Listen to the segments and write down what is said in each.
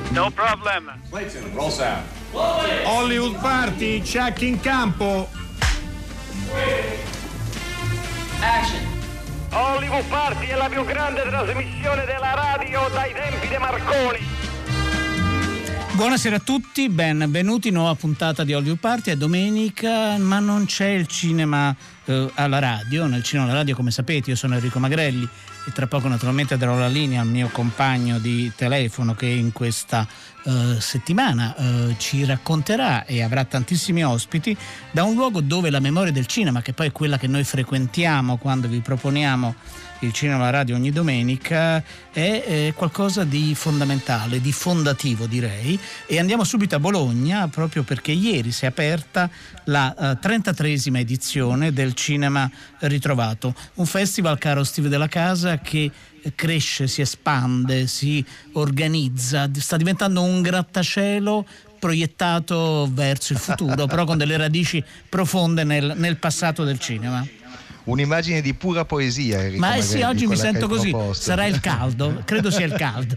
No problem. Clayton, roll sound. Hollywood Party, check in campo. Action. Hollywood Party è la più grande trasmissione della radio dai tempi di Marconi. Buonasera a tutti, benvenuti, nuova puntata di Hollywood Party. È domenica, ma non c'è il cinema alla radio. Nel cinema alla radio, come sapete, io sono Enrico Magrelli e tra poco naturalmente darò la linea al mio compagno di telefono che in questa settimana ci racconterà e avrà tantissimi ospiti da un luogo dove la memoria del cinema, che poi è quella che noi frequentiamo quando vi proponiamo il cinema alla radio ogni domenica, è qualcosa di fondamentale, di fondativo direi. E andiamo subito a Bologna proprio perché ieri si è aperta la 33esima edizione del Cinema Ritrovato, un festival, caro Steve Della Casa, che cresce, si espande, si organizza, sta diventando un grattacielo proiettato verso il futuro, però con delle radici profonde nel passato del cinema. Un'immagine di pura poesia, Enrico. Ma sì, oggi mi sento così, proposto. Sarà il caldo, credo sia il caldo.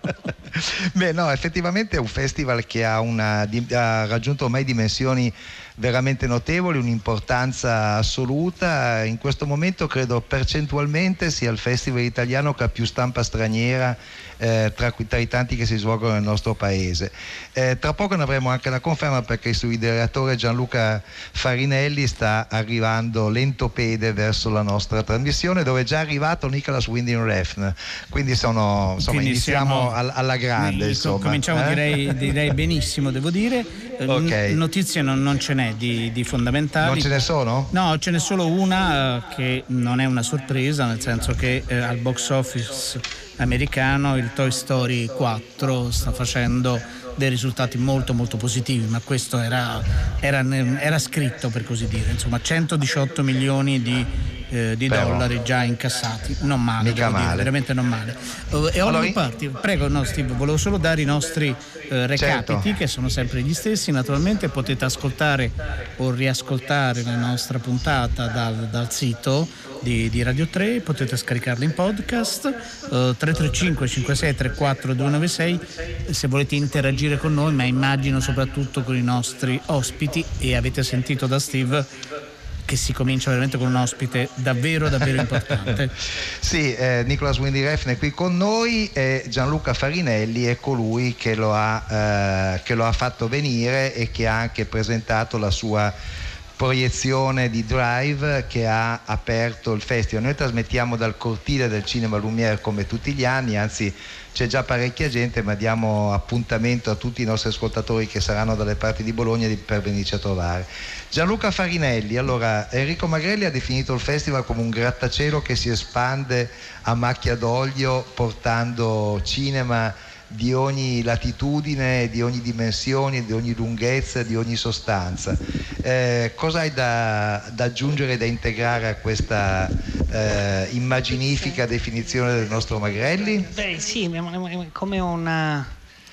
Beh no, effettivamente è un festival che ha raggiunto ormai dimensioni veramente notevoli, un'importanza assoluta. In questo momento credo percentualmente sia il festival italiano che ha più stampa straniera tra i tanti che si svolgono nel nostro paese. Tra poco ne avremo anche la conferma, perché il suo ideatore Gianluca Farinelli sta arrivando lentopede verso la nostra trasmissione, dove è già arrivato Nicholas Winding Refn, quindi iniziamo alla grande. Cominciamo direi benissimo, devo dire. Okay. Notizie non ce n'è di fondamentali. Non ce ne sono? No, ce n'è solo una che non è una sorpresa, nel senso che al box office americano il Toy Story 4 sta facendo dei risultati molto molto positivi, ma questo era scritto, per così dire. Insomma, 118 milioni di dollari già incassati, non male, devo dire, veramente non male. E Hollywood Party, prego, no Steve, volevo solo dare i nostri recapiti, che sono sempre gli stessi. Naturalmente potete ascoltare o riascoltare la nostra puntata dal sito di Radio 3, potete scaricarla in podcast, 335 56 34 296 se volete interagire con noi, ma immagino soprattutto con i nostri ospiti. E avete sentito da Steve che si comincia veramente con un ospite davvero importante. Sì, Nicholas Winding Refn è qui con noi e Gianluca Farinelli è colui che lo ha fatto venire e che ha anche presentato la sua proiezione di Drive, che ha aperto il festival. Noi trasmettiamo dal cortile del Cinema Lumière come tutti gli anni, anzi c'è già parecchia gente, ma diamo appuntamento a tutti i nostri ascoltatori che saranno dalle parti di Bologna per venirci a trovare. Gianluca Farinelli, allora, Enrico Magrelli ha definito il festival come un grattacielo che si espande a macchia d'olio, portando cinema di ogni latitudine, di ogni dimensione, di ogni lunghezza, di ogni sostanza. Cosa hai da aggiungere, da integrare a questa immaginifica definizione del nostro Magrelli? Beh sì, come una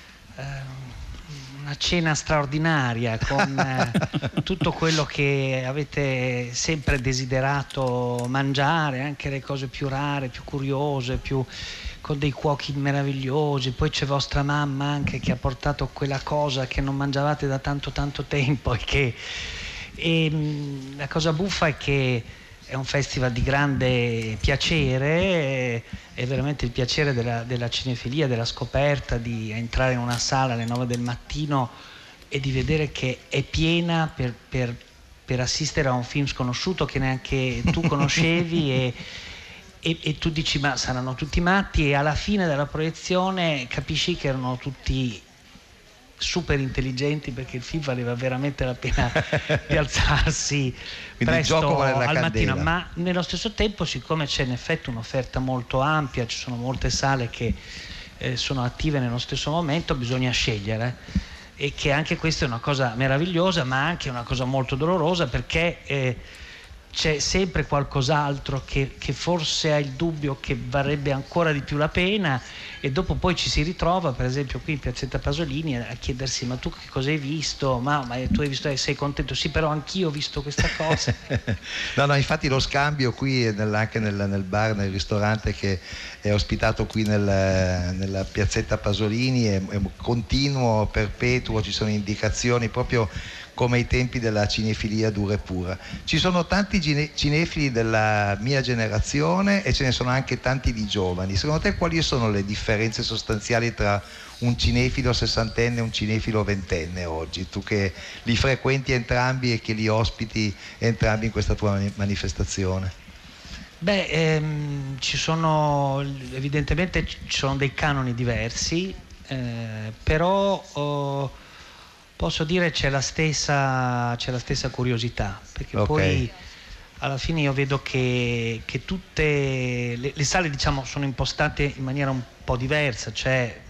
cena straordinaria con tutto quello che avete sempre desiderato mangiare, anche le cose più rare, più curiose, con dei cuochi meravigliosi. Poi c'è vostra mamma anche, che ha portato quella cosa che non mangiavate da tanto tempo, e la cosa buffa è che è un festival di grande piacere, è veramente il piacere della cinefilia, della scoperta, di entrare in una sala alle 9 del mattino e di vedere che è piena per assistere a un film sconosciuto che neanche tu conoscevi e tu dici ma saranno tutti matti, e alla fine della proiezione capisci che erano tutti super intelligenti, perché il film valeva veramente la pena di alzarsi presto al mattino. Ma nello stesso tempo, siccome c'è in effetti un'offerta molto ampia, ci sono molte sale che sono attive nello stesso momento, bisogna scegliere, e che anche questa è una cosa meravigliosa, ma anche una cosa molto dolorosa, perché c'è sempre qualcos'altro che forse ha il dubbio che varrebbe ancora di più la pena, e dopo poi ci si ritrova, per esempio qui in Piazzetta Pasolini, a chiedersi: ma tu che cosa hai visto? Ma tu hai visto, sei contento? Sì, però anch'io ho visto questa cosa. No, infatti lo scambio qui anche nel bar, nel ristorante che è ospitato qui nella Piazzetta Pasolini è continuo, perpetuo, ci sono indicazioni proprio come ai tempi della cinefilia dura e pura. Ci sono tanti cinefili della mia generazione e ce ne sono anche tanti di giovani. Secondo te quali sono le differenze sostanziali tra un cinefilo sessantenne e un cinefilo ventenne oggi? Tu che li frequenti entrambi e che li ospiti entrambi in questa tua manifestazione. Evidentemente ci sono dei canoni diversi, però posso dire c'è la stessa curiosità, perché poi alla fine io vedo che tutte le sale, diciamo, sono impostate in maniera un po' diversa. C'è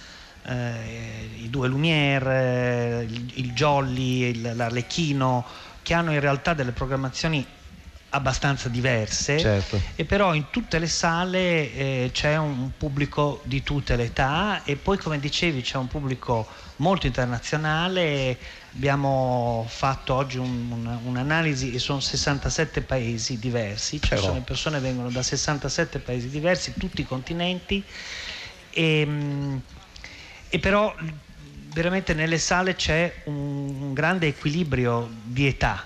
i due Lumière, il Jolly, l'Arlecchino, che hanno in realtà delle programmazioni abbastanza diverse, certo. E però in tutte le sale c'è un pubblico di tutte le età, e poi, come dicevi, c'è un pubblico molto internazionale. Abbiamo fatto oggi un'analisi e sono 67 paesi diversi, cioè le persone vengono da 67 paesi diversi, tutti i continenti, e però veramente nelle sale c'è un grande equilibrio di età.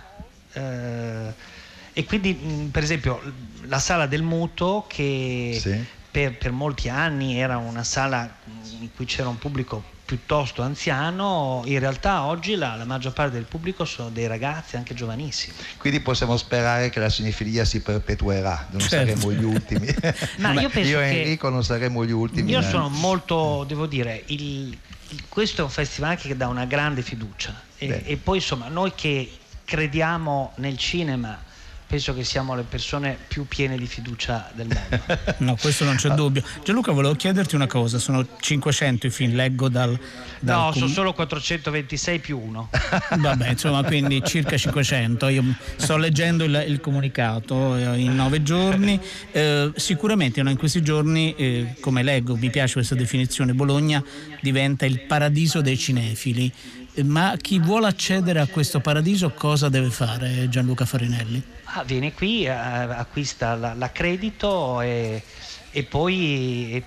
E quindi, per esempio, la Sala del Muto, che per molti anni era una sala in cui c'era un pubblico piuttosto anziano, in realtà oggi la maggior parte del pubblico sono dei ragazzi, anche giovanissimi. Quindi possiamo sperare che la cinefilia si perpetuerà, non saremo gli ultimi. Ma io penso io e Enrico non saremo gli ultimi. Io sono molto, devo dire, questo è un festival anche che dà una grande fiducia, e poi insomma noi che crediamo nel cinema penso che siamo le persone più piene di fiducia del mondo. No, questo non c'è dubbio. Gianluca, volevo chiederti una cosa: sono 500 i film, leggo dal no, sono solo 426 più uno. Vabbè, insomma, quindi circa 500. Io sto leggendo il comunicato in 9 giorni. Sicuramente in questi giorni, come leggo, mi piace questa definizione, Bologna diventa il paradiso dei cinefili. Ma chi vuole accedere a questo paradiso cosa deve fare, Gianluca Farinelli? Viene qui, acquista l'accredito e poi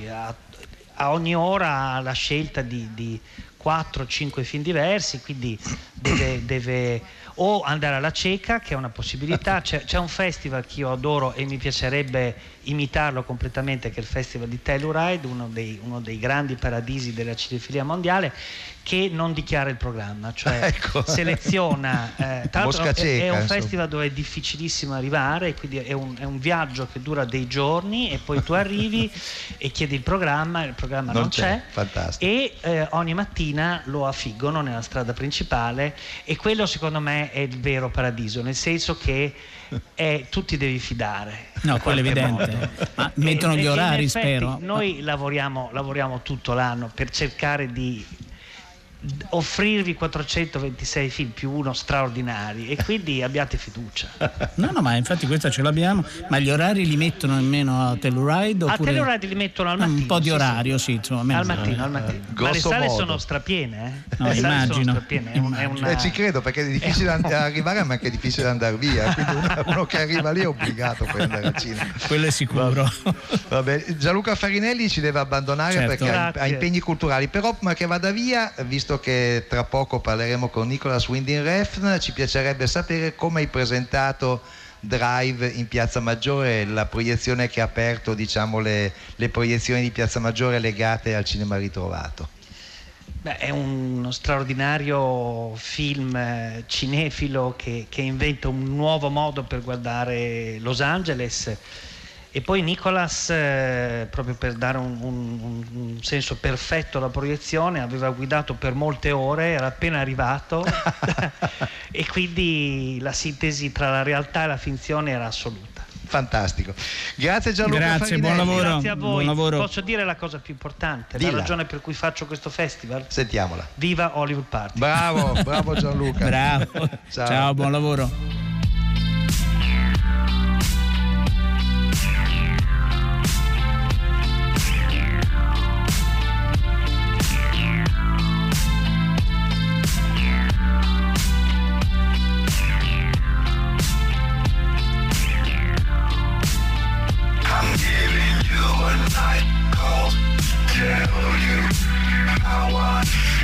a ogni ora ha la scelta di 4-5 film diversi, quindi deve o andare alla cieca, che è una possibilità. C'è un festival che io adoro e mi piacerebbe imitarlo completamente, che è il Festival di Telluride, uno dei grandi paradisi della cinefilia mondiale, che non dichiara il programma, cioè seleziona. Tra l'altro è un festival dove è difficilissimo arrivare, quindi è un viaggio che dura dei giorni, e poi tu arrivi e chiedi il programma non c'è. Fantastico. E ogni mattina lo affiggono nella strada principale, e quello secondo me è il vero paradiso, nel senso che tu ti devi fidare. No, quello è evidente. Ma mettono gli orari, spero. Noi lavoriamo tutto l'anno per cercare di offrirvi 426 film più uno straordinari, e quindi abbiate fiducia. No, ma infatti questa ce l'abbiamo. Ma gli orari li mettono nemmeno a Telluride? A Telluride li mettono al mattino. Un po' di orario, sì, insomma. Al mattino. Ma le sale sono strapiene, No, immagino. Ci credo, perché è difficile arrivare, ma anche difficile andare via. Quindi uno che arriva lì è obbligato poi andare al cinema. Quello è sicuro. Vabbè, Gianluca Farinelli ci deve abbandonare, certo, perché ha impegni culturali. Però prima che vada via, visto che tra poco parleremo con Nicolas Winding Refn, ci piacerebbe sapere come hai presentato Drive in Piazza Maggiore, la proiezione che ha aperto, diciamo, le proiezioni di Piazza Maggiore legate al cinema ritrovato. È uno straordinario film cinefilo che inventa un nuovo modo per guardare Los Angeles. E poi Nicolas, proprio per dare un senso perfetto alla proiezione, aveva guidato per molte ore, era appena arrivato e quindi la sintesi tra la realtà e la finzione era assoluta. Fantastico. Grazie Gianluca Grazie, buon lavoro. Grazie a voi. Buon lavoro. Posso dire la cosa più importante? Dilla. La ragione per cui faccio questo festival? Sentiamola. Viva Hollywood Party. Bravo Gianluca. Bravo. Ciao, buon lavoro.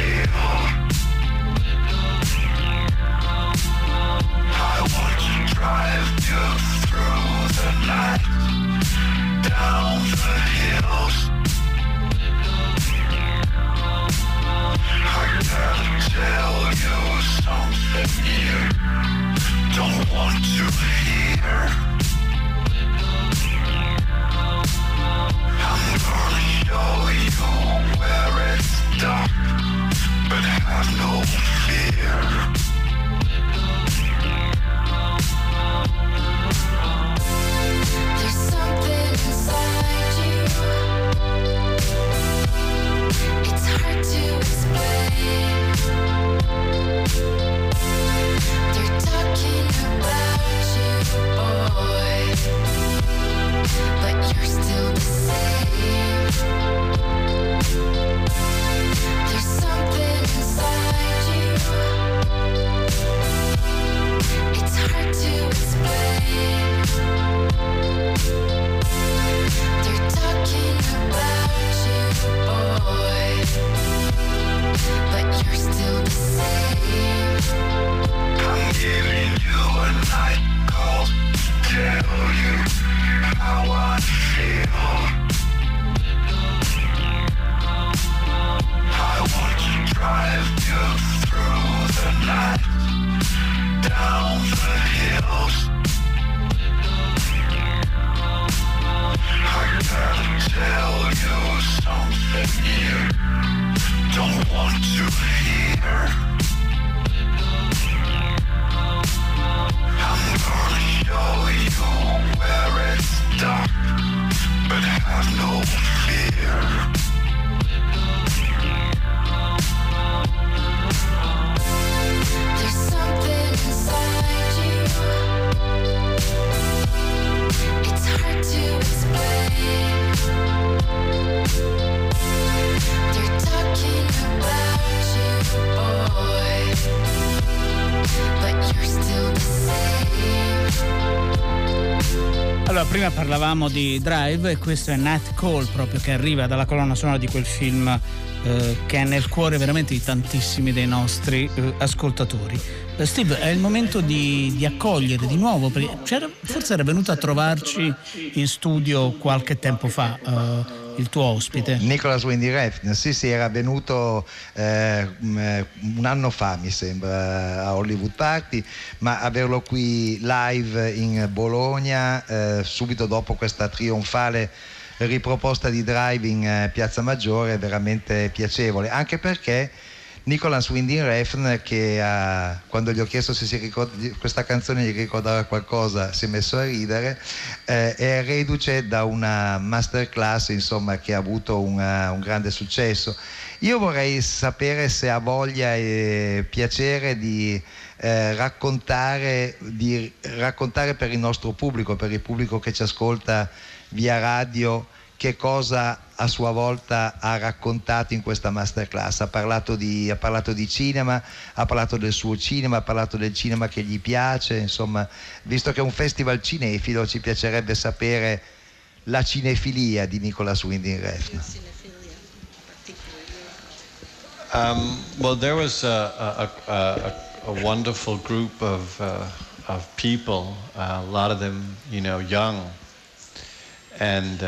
Prima parlavamo di Drive e questo è Nat Cole, proprio, che arriva dalla colonna sonora di quel film che è nel cuore veramente di tantissimi dei nostri ascoltatori. Steve, è il momento di accogliere di nuovo, perché forse era venuto a trovarci in studio qualche tempo fa il tuo ospite. Nicholas Winding Refn, sì, era venuto un anno fa, mi sembra, a Hollywood Party, ma averlo qui live in Bologna subito dopo questa trionfale riproposta di Drive in Piazza Maggiore è veramente piacevole, anche perché Nicholas Winding Refn, che quando gli ho chiesto se questa canzone gli ricordava qualcosa, si è messo a ridere, è reduce da una masterclass, insomma, che ha avuto un grande successo. Io vorrei sapere se ha voglia e piacere di raccontare per il nostro pubblico, per il pubblico che ci ascolta via radio, che cosa a sua volta ha raccontato in questa masterclass. Ha parlato di cinema, ha parlato del suo cinema, ha parlato del cinema che gli piace, insomma, visto che è un festival cinefilo, ci piacerebbe sapere la cinefilia di Nicholas Winding Refn. Well, there was a wonderful group of people, a lot of them, young. And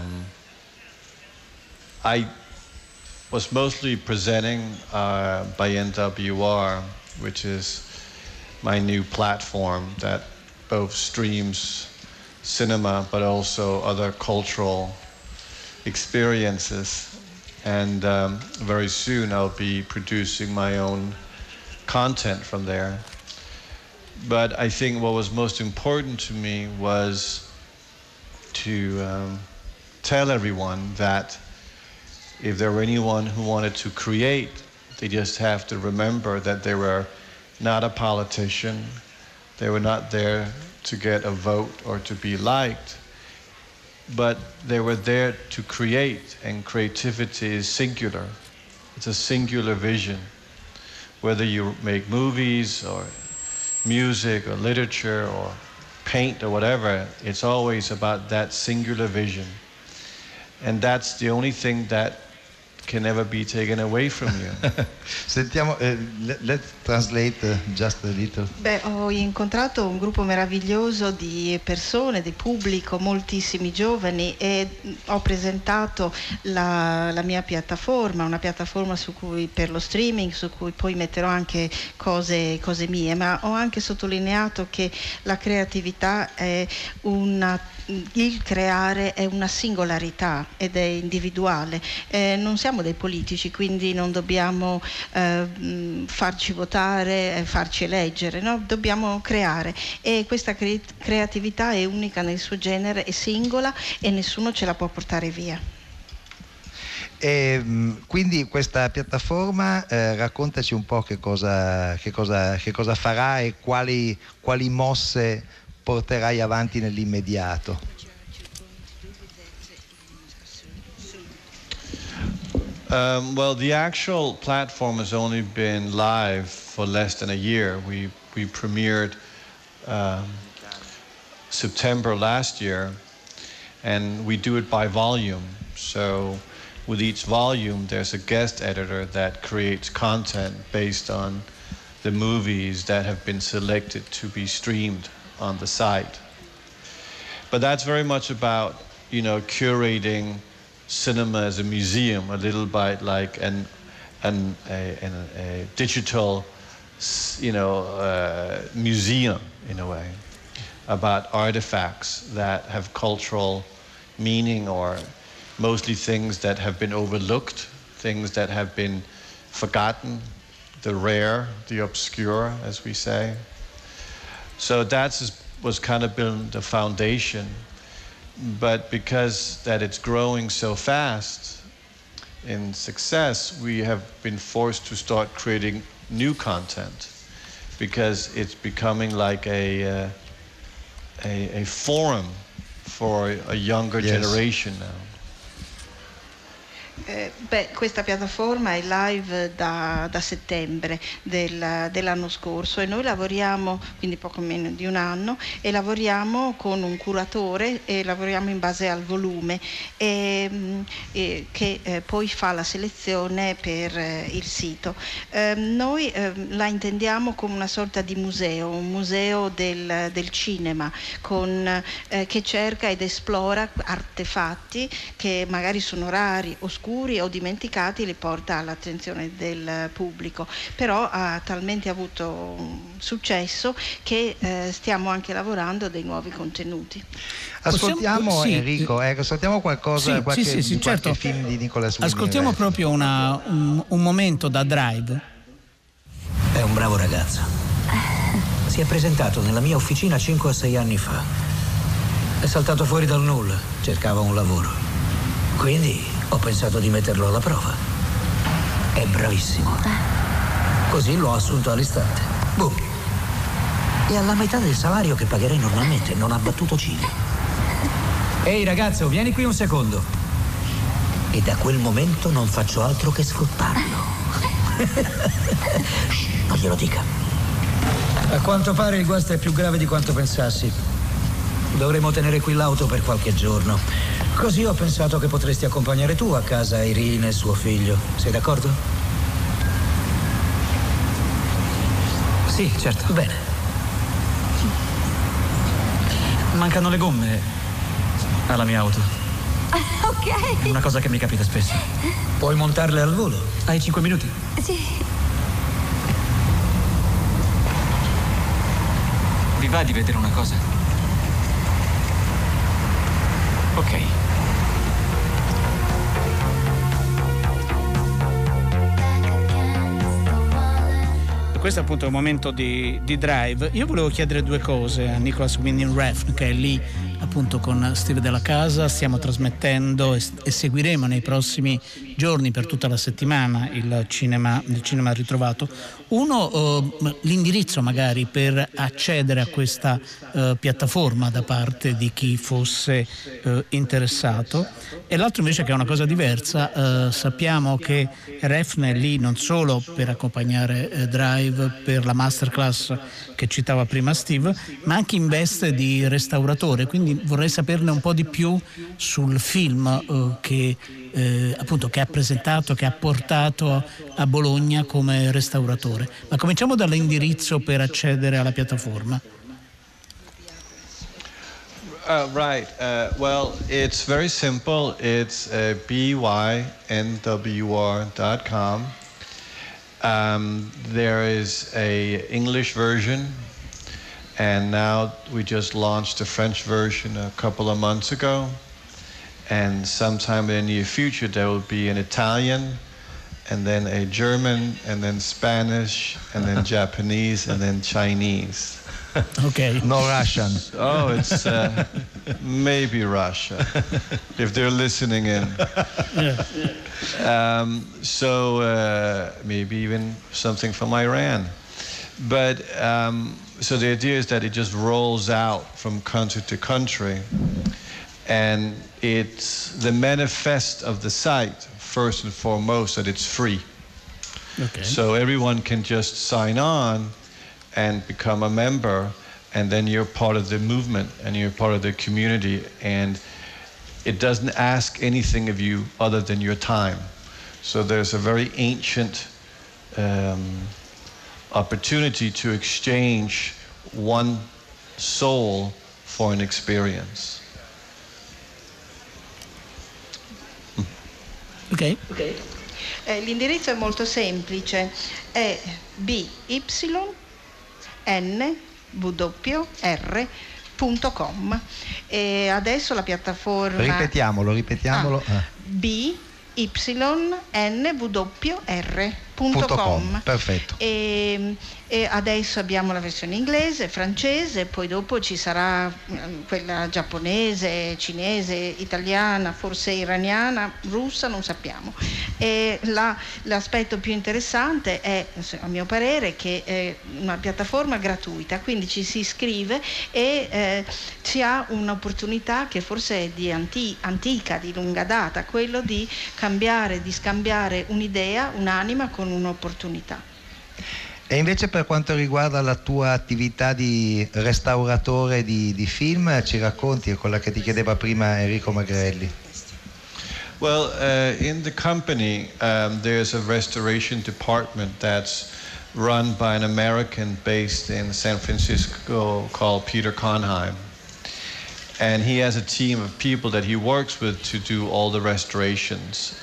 I was mostly presenting by NWR, which is my new platform that both streams cinema but also other cultural experiences. And very soon I'll be producing my own content from there. But I think what was most important to me was to tell everyone that if there were anyone who wanted to create, they just have to remember that they were not a politician, they were not there to get a vote or to be liked, but they were there to create, and creativity is singular. It's a singular vision. Whether you make movies or music or literature or paint or whatever, it's always about that singular vision. And that's the only thing that can never be taken away from you. Sentiamo, let's translate just a little. Ho incontrato un gruppo meraviglioso di persone, di pubblico, moltissimi giovani, e ho presentato la mia piattaforma, una piattaforma per lo streaming, su cui poi metterò anche cose mie, ma ho anche sottolineato che la creatività è il creare è una singolarità ed è individuale. Non siamo dei politici, quindi non dobbiamo farci votare, farci eleggere, no? Dobbiamo creare, e questa creatività è unica nel suo genere, è singola e nessuno ce la può portare via. E quindi questa piattaforma, raccontaci un po' che cosa farà e quali mosse porterai avanti nell'immediato. Well, the actual platform has only been live for less than a year. We premiered September last year, and we do it by volume. So with each volume, there's a guest editor that creates content based on the movies that have been selected to be streamed on the site. But that's very much about, curating cinema as a museum, a little bit like a digital, museum in a way, about artifacts that have cultural meaning, or mostly things that have been overlooked, things that have been forgotten, the rare, the obscure, as we say. So was kind of been the foundation. But because that it's growing so fast in success, we have been forced to start creating new content, because it's becoming like a forum for a younger generation now. Questa piattaforma è live da settembre dell'anno scorso, e noi lavoriamo, quindi poco meno di un anno, e lavoriamo con un curatore e lavoriamo in base al volume, che poi fa la selezione per il sito. Noi la intendiamo come una sorta di museo, un museo del cinema, che cerca ed esplora artefatti che magari sono rari, oscuri o dimenticati, li porta all'attenzione del pubblico. Però ha talmente avuto successo che stiamo anche lavorando a dei nuovi contenuti. Ascoltiamo Enrico, ascoltiamo qualcosa, qualche film di Nicolas Winding Refn. Ascoltiamo proprio un momento da Drive. È un bravo ragazzo. Si è presentato nella mia officina 5 o 6 anni fa. È saltato fuori dal nulla, cercava un lavoro. Quindi ho pensato di metterlo alla prova. È bravissimo. Così l'ho assunto all'istante. Boom. E alla metà del salario che pagherei normalmente, non ha battuto ciglio. Ehi ragazzo, vieni qui un secondo. E da quel momento non faccio altro che sfruttarlo. Non glielo dica. A quanto pare il guasto è più grave di quanto pensassi. Dovremo tenere qui l'auto per qualche giorno. Così ho pensato che potresti accompagnare tu a casa Irene e suo figlio. Sei d'accordo? Sì, certo. Bene. Mancano le gomme alla mia auto. Ok. È una cosa che mi capita spesso. Puoi montarle al volo? Hai 5 minuti? Sì. Vi va di vedere una cosa? Ok. Questo è appunto il momento di Drive. Io volevo chiedere due cose a Nicolas Winding Refn, che è lì appunto con Steve Della Casa. Stiamo trasmettendo e seguiremo nei prossimi giorni, per tutta la settimana, il cinema ritrovato. Uno, l'indirizzo magari per accedere a questa piattaforma da parte di chi fosse interessato, e l'altro invece, che è una cosa diversa. Sappiamo che Refn è lì non solo per accompagnare Drive, per la masterclass che citava prima Steve, ma anche in veste di restauratore, quindi vorrei saperne un po' di più sul film che appunto che ha presentato, che ha portato a Bologna come restauratore. Ma cominciamo dall'indirizzo per accedere alla piattaforma. Right. Well, it's very simple. It's bynwr.com. There is a English version, and now we just launched the French version a couple of months ago. And sometime in the near future, there will be an Italian, and then a German, and then Spanish, and then Japanese, and then Chinese. Okay. No Russian. Oh, it's maybe Russia, if they're listening in. Maybe even something from Iran. But so the idea is that it just rolls out from country to country. And it's the manifest of the site, first and foremost, that it's free. Okay. So everyone can just sign on and become a member, and then you're part of the movement and you're part of the community, and it doesn't ask anything of you other than your time. So there's a very ancient opportunity to exchange one soul for an experience. Ok. L'indirizzo è molto semplice, è bynwr.com e adesso la piattaforma... Ripetiamolo. bynwr.com. Perfetto. E adesso abbiamo la versione inglese, francese, poi dopo ci sarà quella giapponese, cinese, italiana, forse iraniana, russa, non sappiamo. E l'aspetto più interessante è, a mio parere, che è una piattaforma gratuita, quindi ci si iscrive e si ha un'opportunità che forse è di antica, di lunga data, quello di cambiare, di scambiare un'idea, un'anima con un'opportunità. E invece per quanto riguarda la tua attività di restauratore di film, ci racconti? È quella che ti chiedeva prima Enrico Magrelli. Well, in the company, there's a restoration department that's run by an American based in San Francisco called Peter Conheim. And he has a team of people that he works with to do all the restorations.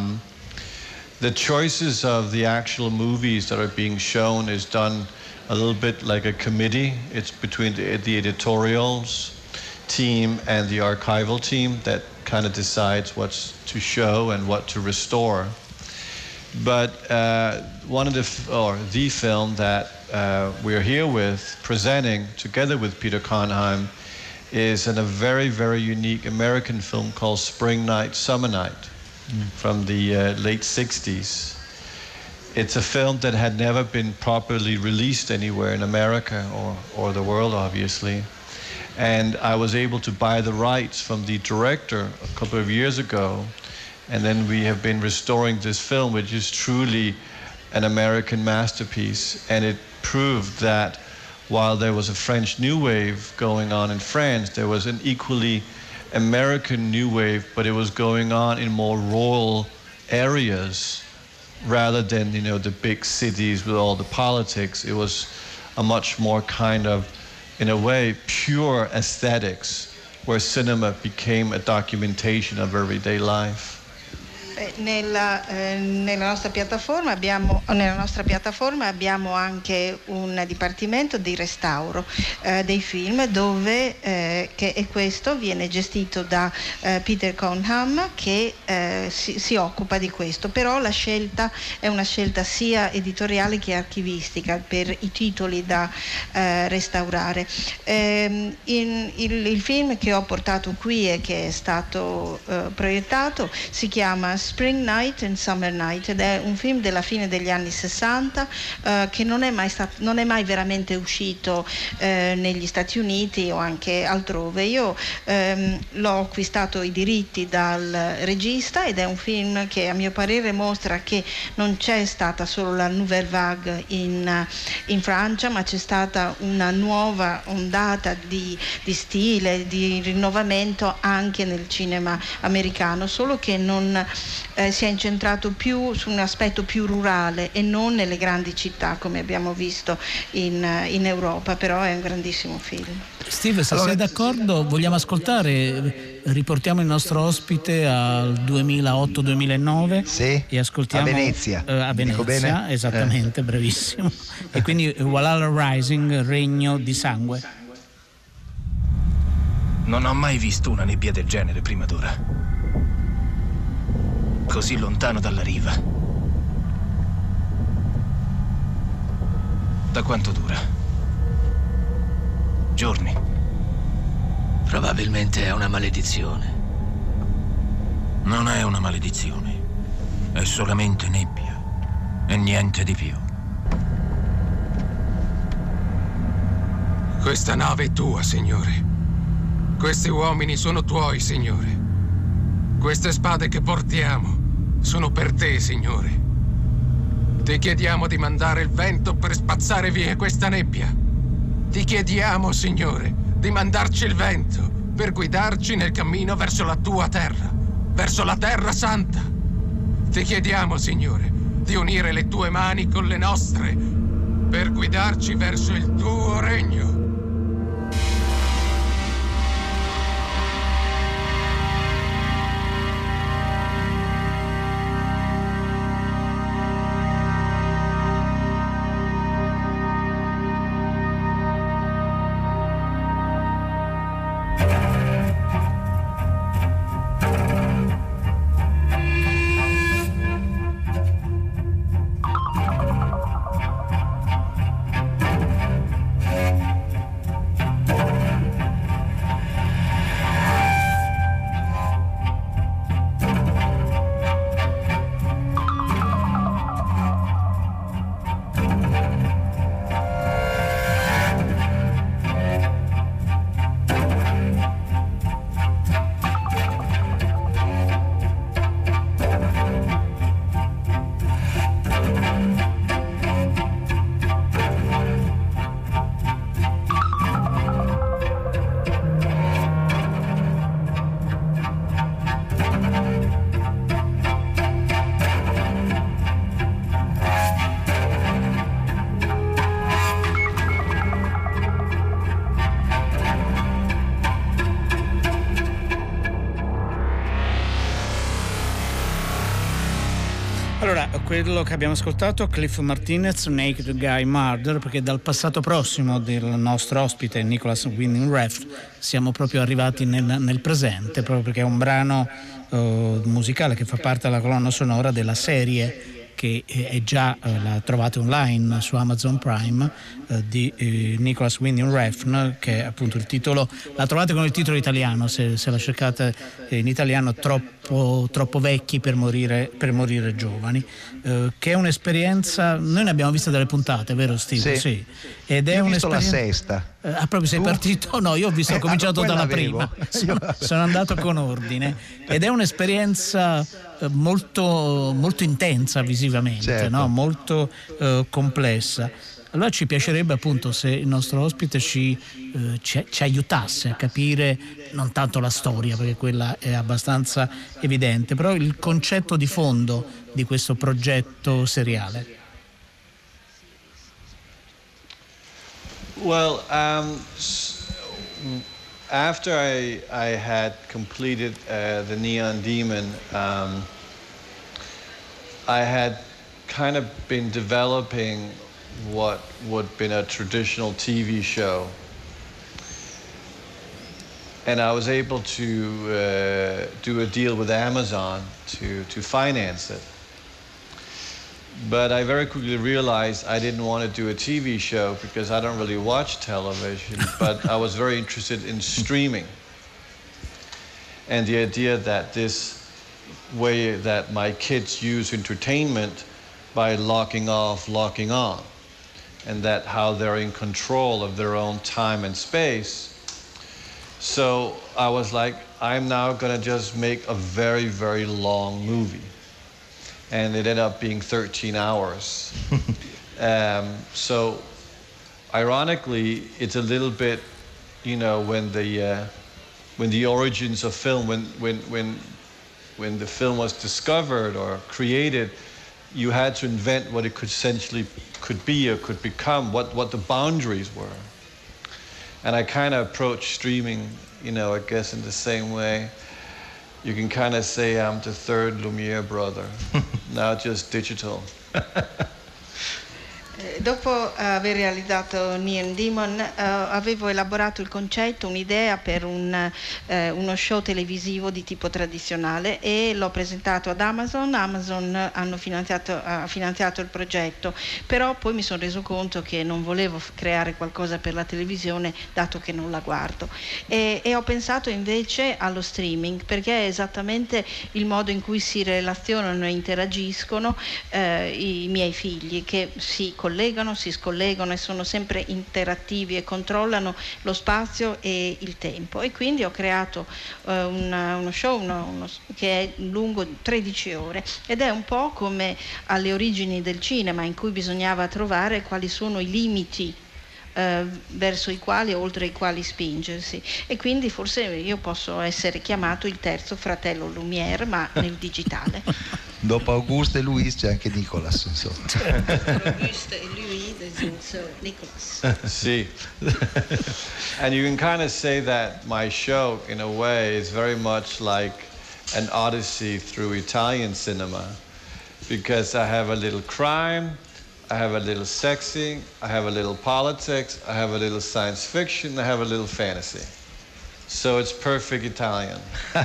The choices of the actual movies that are being shown is done a little bit like a committee. It's between the editorials team and the archival team that kind of decides what's to show and what to restore. But one of the film that we're here with, presenting together with Peter Conheim, is in a very, very unique American film called Spring Night, Summer Night, from the late 60s. It's a film that had never been properly released anywhere in America or the world, obviously. And I was able to buy the rights from the director a couple of years ago. And then we have been restoring this film, which is truly an American masterpiece. And it proved that while there was a French New Wave going on in France, there was an equally American New Wave, but it was going on in more rural areas rather than, the big cities with all the politics. It was a much more kind of, in a way, pure aesthetics, where cinema became a documentation of everyday life. Nella nostra piattaforma abbiamo anche un dipartimento di restauro dei film dove e questo viene gestito da Peter Conham che si occupa di questo, però la scelta è una scelta sia editoriale che archivistica per i titoli da restaurare. Il film che ho portato qui e che è stato proiettato si chiama Spring Night and Summer Night, ed è un film della fine degli anni 60 che non è mai veramente uscito negli Stati Uniti o anche altrove. Io l'ho acquistato i diritti dal regista ed è un film che a mio parere mostra che non c'è stata solo la Nouvelle Vague in Francia, ma c'è stata una nuova ondata di stile, di rinnovamento anche nel cinema americano, solo che non si è incentrato più su un aspetto più rurale e non nelle grandi città come abbiamo visto in Europa, però è un grandissimo film. Steve, se sei d'accordo, vogliamo ascoltare, riportiamo il nostro ospite al 2008-2009 e ascoltiamo a Venezia. A Dico Venezia, bene? esattamente, bravissimo. E quindi Valhalla Rising, Regno di sangue. Non ho mai visto una nebbia del genere prima d'ora. Così lontano dalla riva. Da quanto dura? Giorni? Probabilmente è una maledizione. Non è una maledizione. È solamente nebbia. E niente di più. Questa nave è tua, Signore. Questi uomini sono tuoi, Signore. Queste spade che portiamo sono per te, Signore. Ti chiediamo di mandare il vento per spazzare via questa nebbia. Ti chiediamo, Signore, di mandarci il vento per guidarci nel cammino verso la tua terra, verso la terra santa. Ti chiediamo, Signore, di unire le tue mani con le nostre per guidarci verso il tuo regno. Allora, quello che abbiamo ascoltato, Cliff Martinez, Naked Guy Murder, perché dal passato prossimo del nostro ospite Nicholas Winding Refn siamo proprio arrivati nel presente, proprio perché è un brano musicale che fa parte della colonna sonora della serie che è già la trovate online su Amazon Prime di Nicholas Winding Refn, che è appunto il titolo, la trovate con il titolo italiano, se la cercate in italiano, troppo vecchi per morire giovani, che è un'esperienza, noi ne abbiamo viste delle puntate, vero Steve? Sì. Ed è io ho visto la sesta. Proprio sei partito? No, io ho visto, ho cominciato dalla prima, sono andato con ordine, ed è un'esperienza molto, molto intensa visivamente, certo. No? Molto complessa. Allora ci piacerebbe appunto se il nostro ospite ci aiutasse a capire non tanto la storia, perché quella è abbastanza evidente, però il concetto di fondo di questo progetto seriale. Well, after I had completed the Neon Demon, I had kind of been developing what would have been a traditional TV show. And I was able to do a deal with Amazon to finance it. But I very quickly realized I didn't want to do a TV show because I don't really watch television, but I was very interested in streaming. And the idea that this way that my kids use entertainment by locking off, locking on, and that how they're in control of their own time and space. So I was like, I'm now gonna just make a very, very long movie. And it ended up being 13 hours. So ironically, it's a little bit, you know, when the origins of film, when the film was discovered or created, you had to invent what it could essentially could be or could become, what the boundaries were. And I kind of approached streaming, you know, I guess in the same way. You can kind of say I'm the third Lumiere brother, now just digital. Dopo aver realizzato Neon Demon avevo elaborato il concetto, un'idea per uno show televisivo di tipo tradizionale e l'ho presentato ad Amazon. Amazon ha finanziato il progetto, però poi mi sono reso conto che non volevo creare qualcosa per la televisione dato che non la guardo e ho pensato invece allo streaming, perché è esattamente il modo in cui si relazionano e interagiscono i miei figli, che si collegano, si scollegano e sono sempre interattivi e controllano lo spazio e il tempo. E quindi ho creato uno show che è lungo 13 ore ed è un po' come alle origini del cinema, in cui bisognava trovare quali sono i limiti verso i quali, oltre i quali spingersi, e quindi forse io posso essere chiamato il terzo fratello Lumière, ma nel digitale. Dopo Auguste e Louis c'è anche Nicolas, insomma. Auguste e Louis, there's also Nicolas. See, and you can kind of say that my show, in a way, is very much like an odyssey through Italian cinema, because I have a little crime, I have a little sexy, I have a little politics, I have a little science fiction, I have a little fantasy. So it's perfect Italian.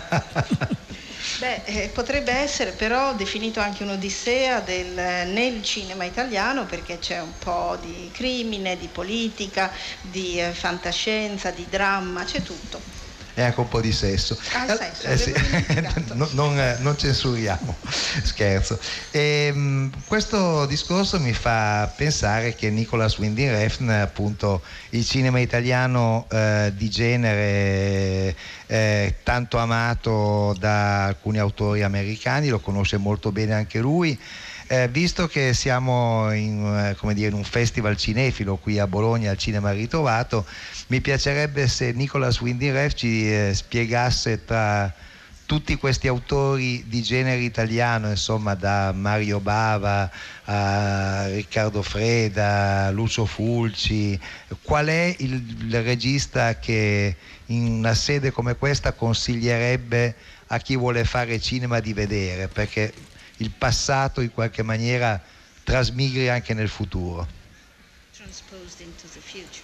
Beh, potrebbe essere però definito anche un'odissea nel cinema italiano, perché c'è un po' di crimine, di politica, di fantascienza, di dramma, c'è tutto. E anche un po' di sesso. Sì. Non censuriamo, scherzo. Questo discorso mi fa pensare che Nicolas Winding Refn, appunto, il cinema italiano di genere tanto amato da alcuni autori americani, lo conosce molto bene anche lui. Visto che siamo in un festival cinefilo qui a Bologna al Cinema Ritrovato, mi piacerebbe se Nicolas Winding Refn ci spiegasse tra tutti questi autori di genere italiano, insomma da Mario Bava a Riccardo Freda, Lucio Fulci, qual è il regista che in una sede come questa consiglierebbe a chi vuole fare cinema di vedere, perché il passato in qualche maniera trasmigri anche nel futuro. Transposed into the future.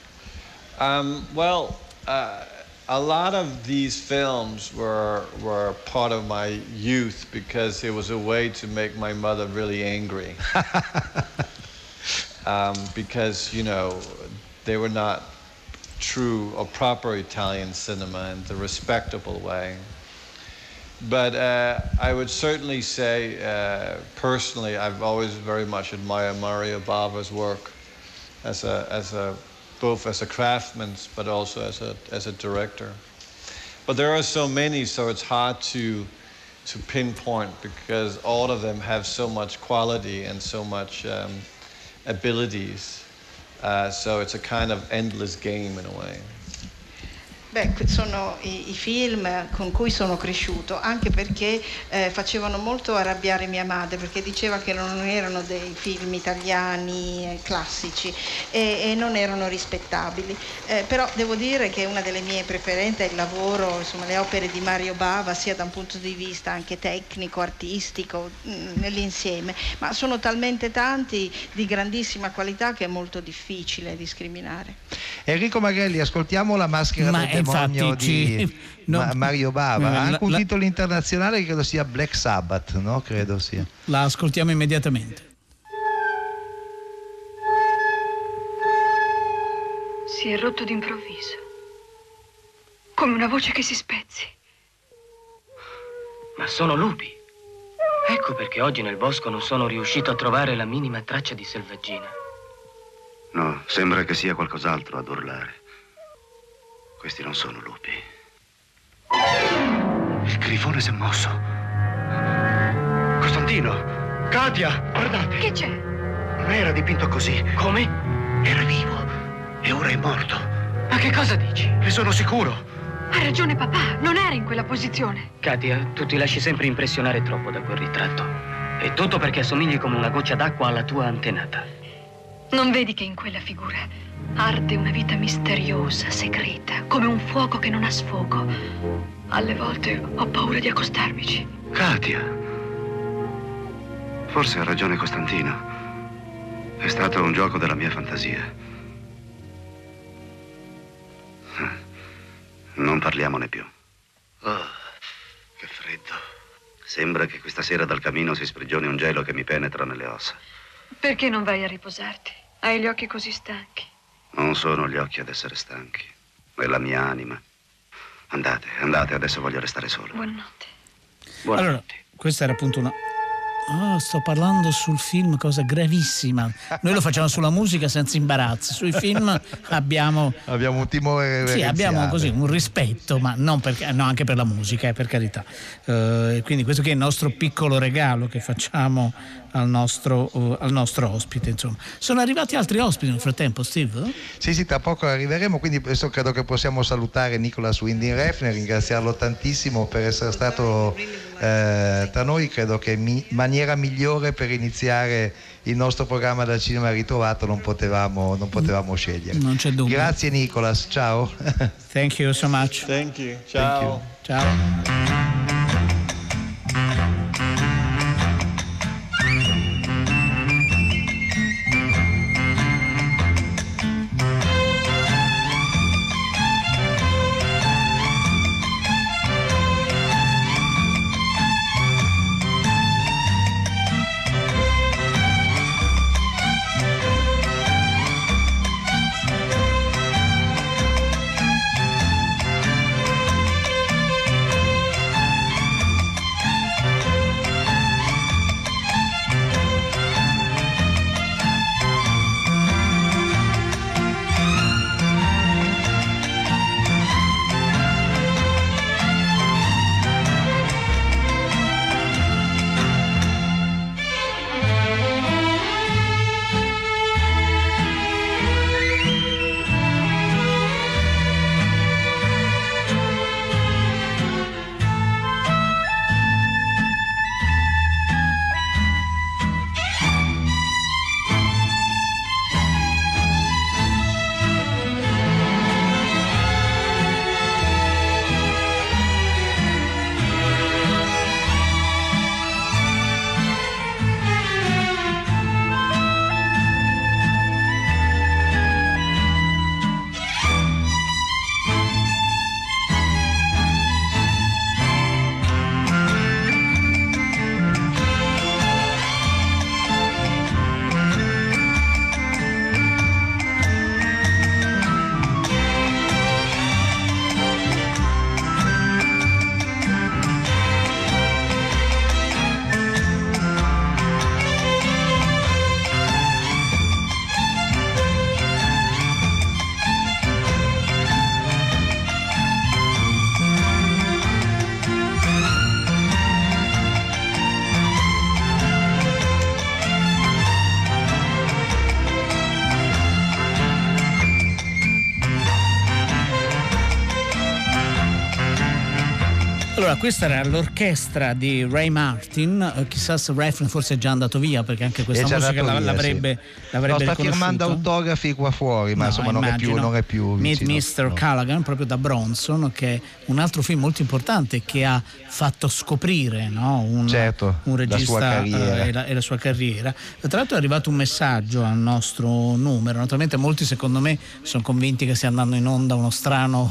A lot of these films were part of my youth because it was a way to make my mother really angry. Because, you know, they were not true or proper Italian cinema in the respectable way. But I would certainly say, personally, I've always very much admired Mario Bava's work both as a craftsman, but also as a director. But there are so many, so it's hard to pinpoint, because all of them have so much quality and so much abilities. So it's a kind of endless game in a way. Beh, sono i film con cui sono cresciuto, anche perché facevano molto arrabbiare mia madre, perché diceva che non erano dei film italiani classici e non erano rispettabili. Però devo dire che una delle mie preferenze è il lavoro, insomma, le opere di Mario Bava, sia da un punto di vista anche tecnico, artistico, nell'insieme, ma sono talmente tanti di grandissima qualità che è molto difficile discriminare. Enrico Magrelli, ascoltiamo La maschera del demonio di Mario Bava. Ha anche un titolo internazionale che credo sia Black Sabbath, no? Credo sia. La ascoltiamo immediatamente. Si è rotto d'improvviso, come una voce che si spezzi. Ma sono lupi. Ecco perché oggi nel bosco non sono riuscito a trovare la minima traccia di selvaggina. No, sembra che sia qualcos'altro ad urlare. Questi non sono lupi. Il grifone si è mosso. Costantino! Katia! Guardate! Che c'è? Non era dipinto così. Come? Era vivo. E ora è morto. Ma che cosa dici? Ne sono sicuro. Ha ragione papà, non era in quella posizione. Katia, tu ti lasci sempre impressionare troppo da quel ritratto. E tutto perché assomigli come una goccia d'acqua alla tua antenata. Non vedi che in quella figura arde una vita misteriosa, segreta, come un fuoco che non ha sfogo. Alle volte ho paura di accostarmici. Katia. Forse ha ragione Costantino. È stato un gioco della mia fantasia. Non parliamone più. Oh, che freddo. Sembra che questa sera dal camino si sprigioni un gelo che mi penetra nelle ossa. Perché non vai a riposarti? Hai gli occhi così stanchi. Non sono gli occhi ad essere stanchi, è la mia anima. Andate, andate, adesso voglio restare solo. Buonanotte. Buonanotte. Allora, questa era appunto una... sto parlando sul film, cosa gravissima. Noi lo facciamo sulla musica senza imbarazzi. Sui film abbiamo un timore. Sì, abbiamo così un rispetto, ma non perché, no, anche per la musica, per carità. Quindi questo che è il nostro piccolo regalo che facciamo al nostro ospite. Insomma, sono arrivati altri ospiti nel frattempo, Steve? Sì, tra poco arriveremo, quindi adesso credo che possiamo salutare Nicolas Winding Refn, ringraziarlo tantissimo per essere stato tra noi. Credo che maniera migliore per iniziare il nostro programma Dal Cinema Ritrovato non potevamo scegliere. Non c'è dubbio. Grazie Nicolas, ciao. Thank you so much. Thank you. Ciao. Ciao. Allora, questa era l'orchestra di Ray Martin, chissà se Refn forse è già andato via, perché anche questa musica l'avrebbe sta riconosciuto. firmando autografi qua fuori, ma insomma non è più Meet vicino. Mr. Callaghan, proprio da Bronson, che è un altro film molto importante che ha fatto scoprire, no? un regista la sua carriera. E la sua carriera. Tra l'altro è arrivato un messaggio al nostro numero, naturalmente molti secondo me sono convinti che stia andando in onda uno strano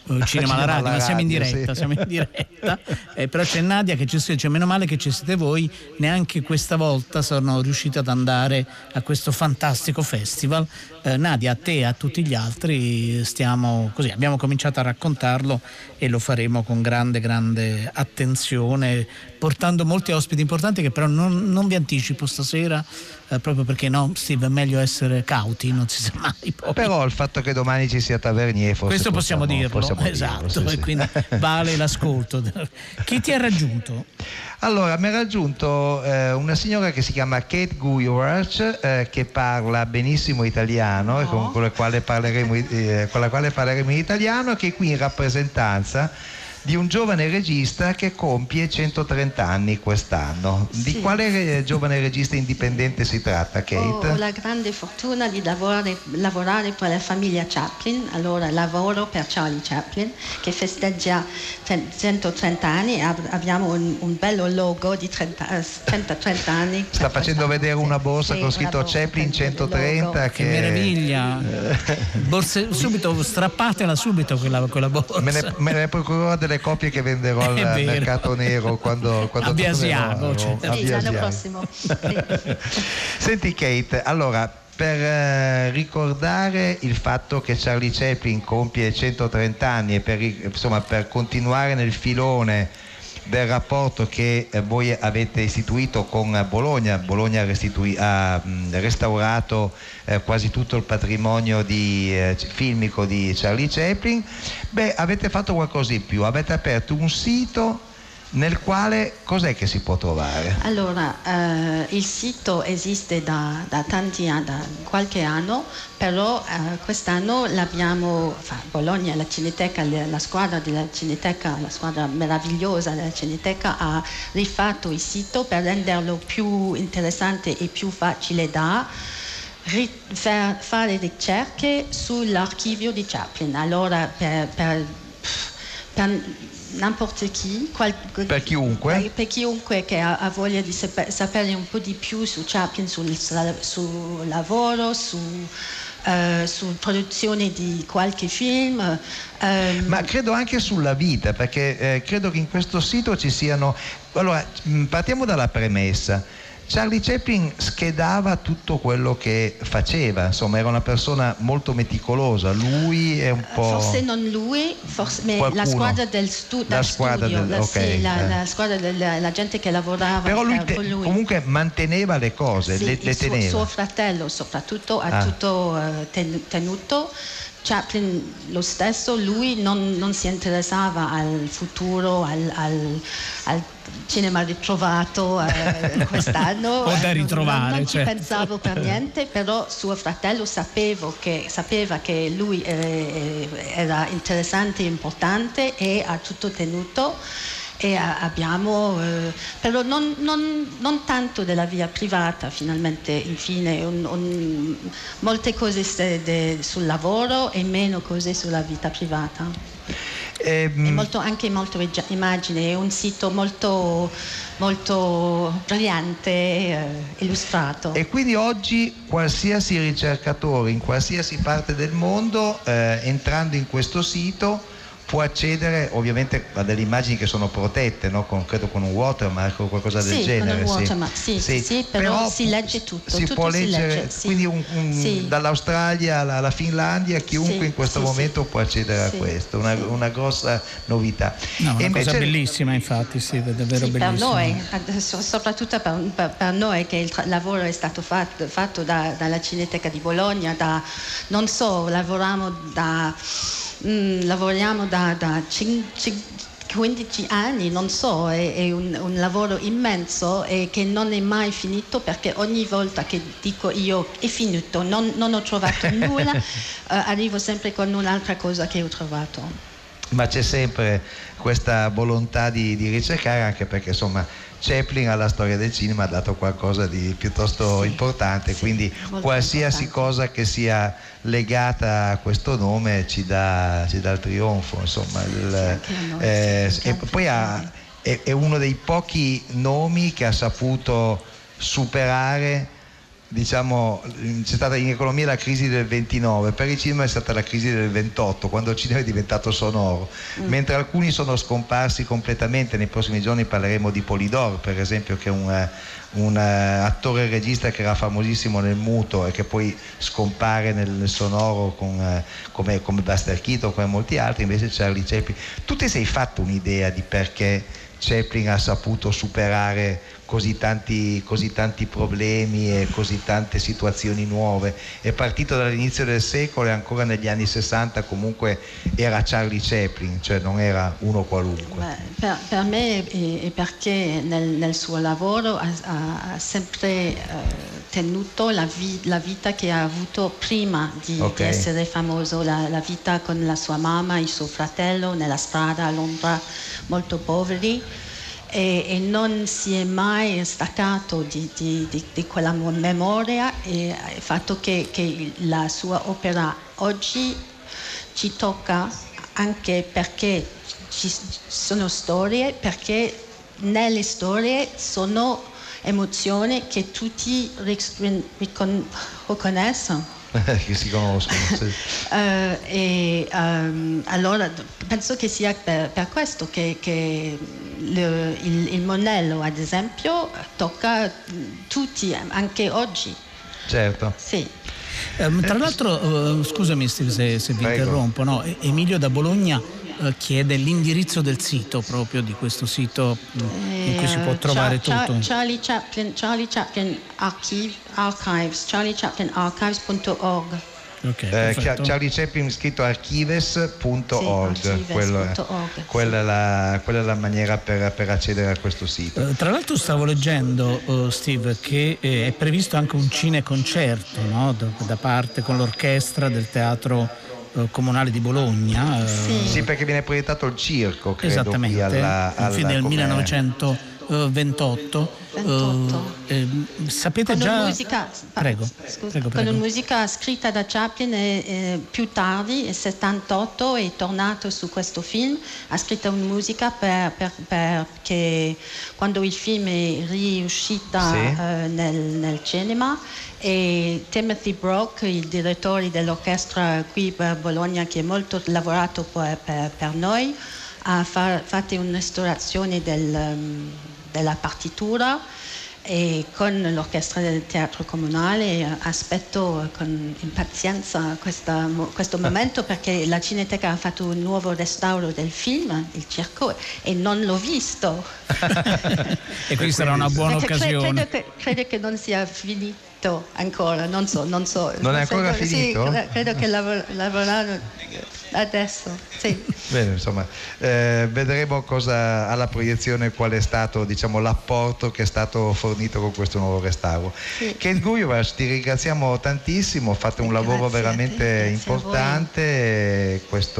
Cinema alla radio, ma siamo in diretta, sì. siamo in diretta. Però c'è Nadia che ci scrive, meno male che ci siete voi, neanche questa volta sono riuscita ad andare a questo fantastico festival. Nadia, a te e a tutti gli altri stiamo così, abbiamo cominciato a raccontarlo e lo faremo con grande attenzione, portando molti ospiti importanti che però non vi anticipo stasera, proprio perché no, Steve, è meglio essere cauti, non si sa mai poi. Però il fatto che domani ci sia Tavernier, forse questo possiamo dirlo, esatto, dirlo, sì, e quindi vale l'ascolto. Chi ti ha raggiunto? Allora, mi ha raggiunto una signora che si chiama Kate Guyorach, che parla benissimo italiano e con la quale parleremo in italiano, che è qui in rappresentanza di un giovane regista che compie 130 anni quest'anno. Sì. Di quale giovane regista indipendente si tratta, Kate? Ho la grande fortuna di lavorare per la famiglia Chaplin, allora lavoro per Charlie Chaplin che festeggia 130 anni, abbiamo un bello logo di 130 anni. Sta facendo vedere una borsa con scritto Chaplin 130. Che meraviglia! Borse, subito, strappatela subito quella borsa. Me ne procurerò delle copie che venderò al mercato nero quando a Biasiago, l'anno prossimo. Senti Kate, allora per ricordare il fatto che Charlie Chaplin compie 130 anni e per continuare nel filone del rapporto che voi avete istituito con Bologna ha restaurato quasi tutto il patrimonio filmico di Charlie Chaplin, avete fatto qualcosa in più, avete aperto un sito nel quale cos'è che si può trovare? Allora, il sito esiste da tanti anni, da qualche anno, però quest'anno l'abbiamo, Bologna, la Cineteca, la squadra della Cineteca, la squadra meravigliosa della Cineteca ha rifatto il sito per renderlo più interessante e più facile da fare ricerche sull'archivio di Chaplin. Allora, per n'importe chi, per chiunque che ha voglia di sapere un po' di più su Chaplin, sul lavoro, su produzione di qualche film, ma credo anche sulla vita, perché credo che in questo sito ci siano. Allora, partiamo dalla premessa. Charlie Chaplin schedava tutto quello che faceva, insomma era una persona molto meticolosa, lui è un po'... Forse non lui, la squadra del studio, la squadra della gente che lavorava. Però lui comunque manteneva le cose, sì, le teneva. Suo fratello soprattutto ha tutto tenuto. Chaplin lo stesso, lui non si interessava al futuro, al cinema ritrovato quest'anno. O da ritrovare. Non ci pensavo per niente, però suo fratello sapeva che lui era interessante e importante e ha tutto tenuto. E abbiamo però non tanto della via privata, finalmente, infine molte cose sul lavoro e meno cose sulla vita privata. E molto immagine, è un sito molto brillante, illustrato. E quindi oggi qualsiasi ricercatore in qualsiasi parte del mondo, entrando in questo sito, può accedere ovviamente a delle immagini che sono protette, no? Credo con un watermark o qualcosa del genere. Con un watermark, sì, però si legge tutto. Si può leggere, sì. Quindi dall'Australia alla Finlandia chiunque in questo momento può accedere a questo, una grossa novità. No, una cosa bellissima, infatti, sì, è davvero bellissima. Per noi, soprattutto per noi che il lavoro è stato fatto dalla Cineteca di Bologna, lavoriamo da 15 anni, non so, è un lavoro immenso e che non è mai finito, perché ogni volta che dico io è finito, non ho trovato nulla, arrivo sempre con un'altra cosa che ho trovato. Ma c'è sempre questa volontà di ricercare, anche perché insomma Chaplin alla storia del cinema ha dato qualcosa di piuttosto importante, quindi qualsiasi cosa che sia legata a questo nome ci dà il trionfo, insomma. E poi è uno dei pochi nomi che ha saputo superare diciamo, c'è stata in economia la crisi del 29, per il cinema è stata la crisi del 28, quando il cinema è diventato sonoro, mentre alcuni sono scomparsi completamente. Nei prossimi giorni parleremo di Polydor, per esempio, che è un attore e regista che era famosissimo nel muto e che poi scompare nel sonoro come Buster Keaton, come molti altri. Invece Charlie Chaplin, tu ti sei fatto un'idea di perché Chaplin ha saputo superare così tanti problemi e così tante situazioni nuove? È partito dall'inizio del secolo e ancora negli anni 60 comunque era Charlie Chaplin, cioè non era uno qualunque. Per me è perché nel suo lavoro ha sempre tenuto la vita che ha avuto prima di essere famoso, la vita con la sua mamma e il suo fratello nella strada a Londra, molto poveri. E non si è mai staccato di quella memoria, e il fatto che la sua opera oggi ci tocca anche perché ci sono storie, perché nelle storie sono emozioni che tutti riconoscono. Che si conoscono, sì. Allora penso che sia per questo che il Monello, ad esempio, tocca tutti anche oggi. Certo. Sì. Tra l'altro, scusami Steve se vi interrompo, no? Emilio da Bologna chiede l'indirizzo del sito, proprio di questo sito in cui si può trovare tutto. Charlie Chaplin Archives, charliechaplinarchives.org. Charlie Chaplin scritto archives.org, sì, quella è la maniera per accedere a questo sito. Tra l'altro stavo leggendo, Steve, che è previsto anche un cineconcerto, no? da parte con l'orchestra del Teatro Comunale di Bologna. Sì, perché viene proiettato il circo, credo. Esattamente, alla film del 1928. Sapete con già musica, prego. Con una musica scritta da Chaplin più tardi, nel 78, è tornato su questo film, ha scritto una musica perché quando il film è riuscito nel cinema, e Timothy Brock, il direttore dell'orchestra qui per Bologna, che ha molto lavorato per noi, ha fatto una restaurazione della partitura, e con l'orchestra del Teatro Comunale aspetto con impazienza questo momento, perché la Cineteca ha fatto un nuovo restauro del film, il circo, e non l'ho visto. E questa sarà una buona occasione. Credo che non sia finito ancora, non so. Non è ancora finito? Sì, credo che lavorano adesso, sì. Bene, insomma, vedremo cosa alla proiezione, qual è stato, diciamo, l'apporto che è stato fornito con questo nuovo restauro. Sì. Kent Guyovach, ti ringraziamo tantissimo, fate un lavoro veramente importante.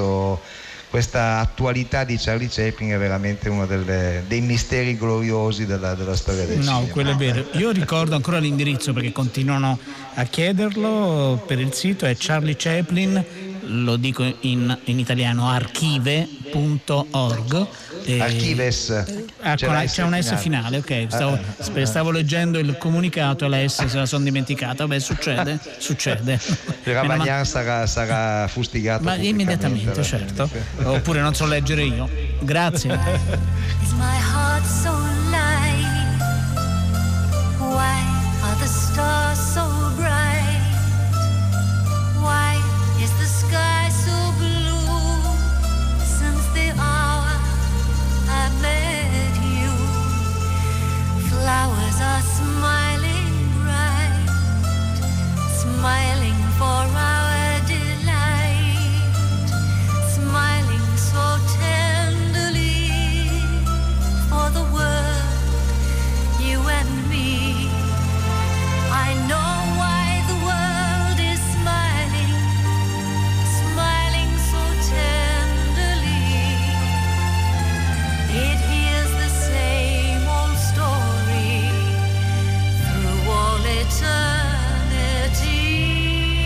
Questa attualità di Charlie Chaplin è veramente uno dei misteri gloriosi della storia del cinema. No, quello è vero. Io ricordo ancora l'indirizzo, perché continuano a chiederlo per il sito, è Charlie Chaplin, lo dico in italiano, archive.org. Archives. C'è una S finale, ok. Stavo leggendo il comunicato e la S se la sono dimenticata. Vabbè, succede. Ravagnan sarà fustigato. Ma immediatamente, certo. Oppure non so leggere io. Grazie. Is my heart so light? Why are the stars so bright? Why is the sky so blue? Since the hour I met you, flowers are smiling bright, smiling for our delight, smiling so tenderly for the world, you and me. I know why the world is smiling, smiling so tenderly. It hears the same old story through all eternity.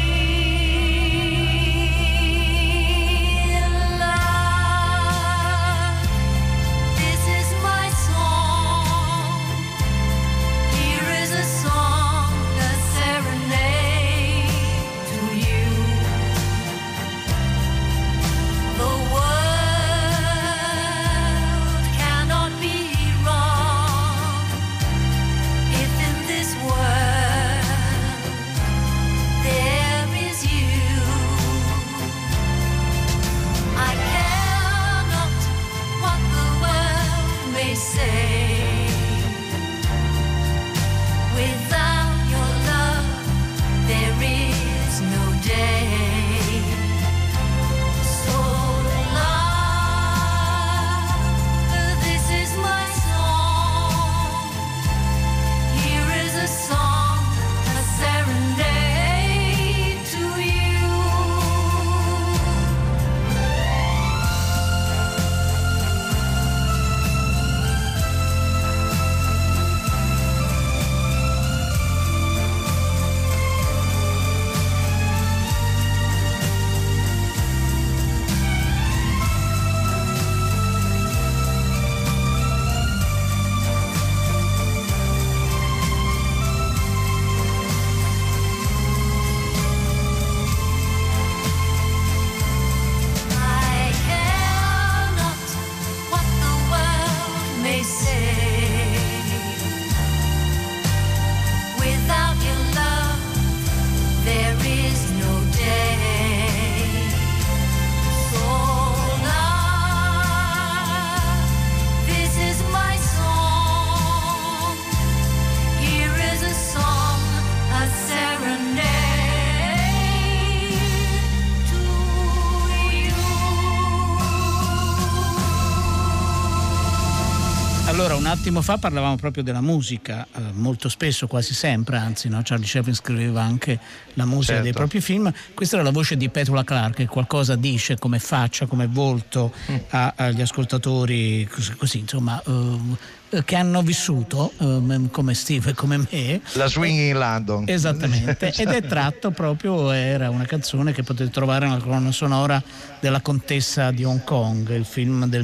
Allora, un attimo fa parlavamo proprio della musica, molto spesso, quasi sempre, anzi, no? Charlie Chaplin scriveva anche la musica dei propri film. Questa era la voce di Petula Clark, che qualcosa dice come faccia, come volto agli ascoltatori, così insomma, che hanno vissuto come Steve e come me la swing in London, esattamente, ed è tratto proprio, era una canzone che potete trovare nella colonna sonora della Contessa di Hong Kong, il film del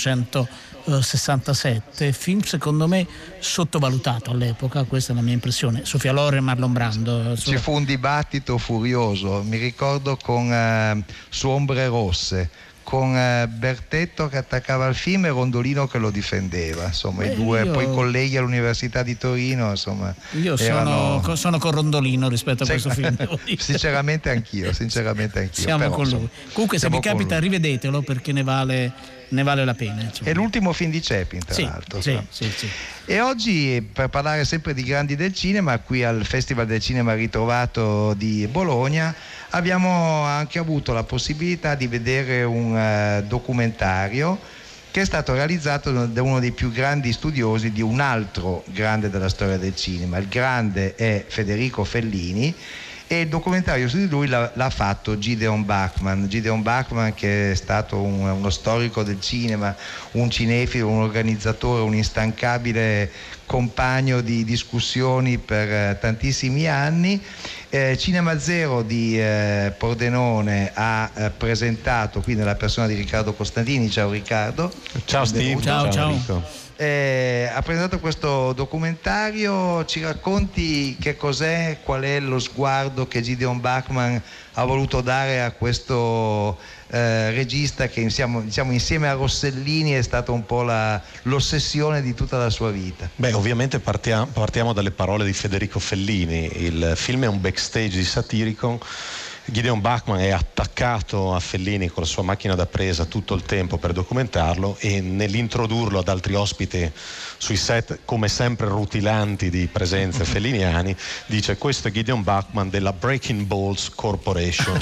1967, film secondo me sottovalutato all'epoca, questa è la mia impressione. Sofia Loren e Marlon Brando. Ci fu un dibattito furioso, mi ricordo, con Su Ombre Rosse, con Bertetto che attaccava il film e Rondolino che lo difendeva, insomma, i due poi colleghi all'Università di Torino, insomma. Io sono con Rondolino rispetto a questo film. Sinceramente anch'io. Siamo però, con lui. Comunque, se vi capita, rivedetelo, perché ne vale la pena. Insomma. È l'ultimo film di Chaplin, tra l'altro. Sì. E oggi, per parlare sempre di grandi del cinema, qui al Festival del Cinema Ritrovato di Bologna, abbiamo anche avuto la possibilità di vedere un documentario che è stato realizzato da uno dei più grandi studiosi di un altro grande della storia del cinema. Il grande è Federico Fellini, e il documentario su di lui l'ha fatto Gideon Bachman, che è stato uno storico del cinema, un cinefilo, un organizzatore, un instancabile compagno di discussioni per tantissimi anni. Cinema Zero di Pordenone ha presentato qui nella persona di Riccardo Costantini. Ciao Riccardo. Ciao Steve. Ciao. Ha presentato questo documentario, ci racconti che cos'è, qual è lo sguardo che Gideon Bachman ha voluto dare a questo regista che diciamo insieme a Rossellini è stata un po' l'ossessione di tutta la sua vita. Beh, ovviamente partiamo dalle parole di Federico Fellini. Il film è un backstage di Satyricon. Gideon Bachman è attaccato a Fellini con la sua macchina da presa tutto il tempo per documentarlo, e nell'introdurlo ad altri ospiti sui set, come sempre rutilanti di presenze felliniani, dice: questo è Gideon Bachman della Breaking Balls Corporation.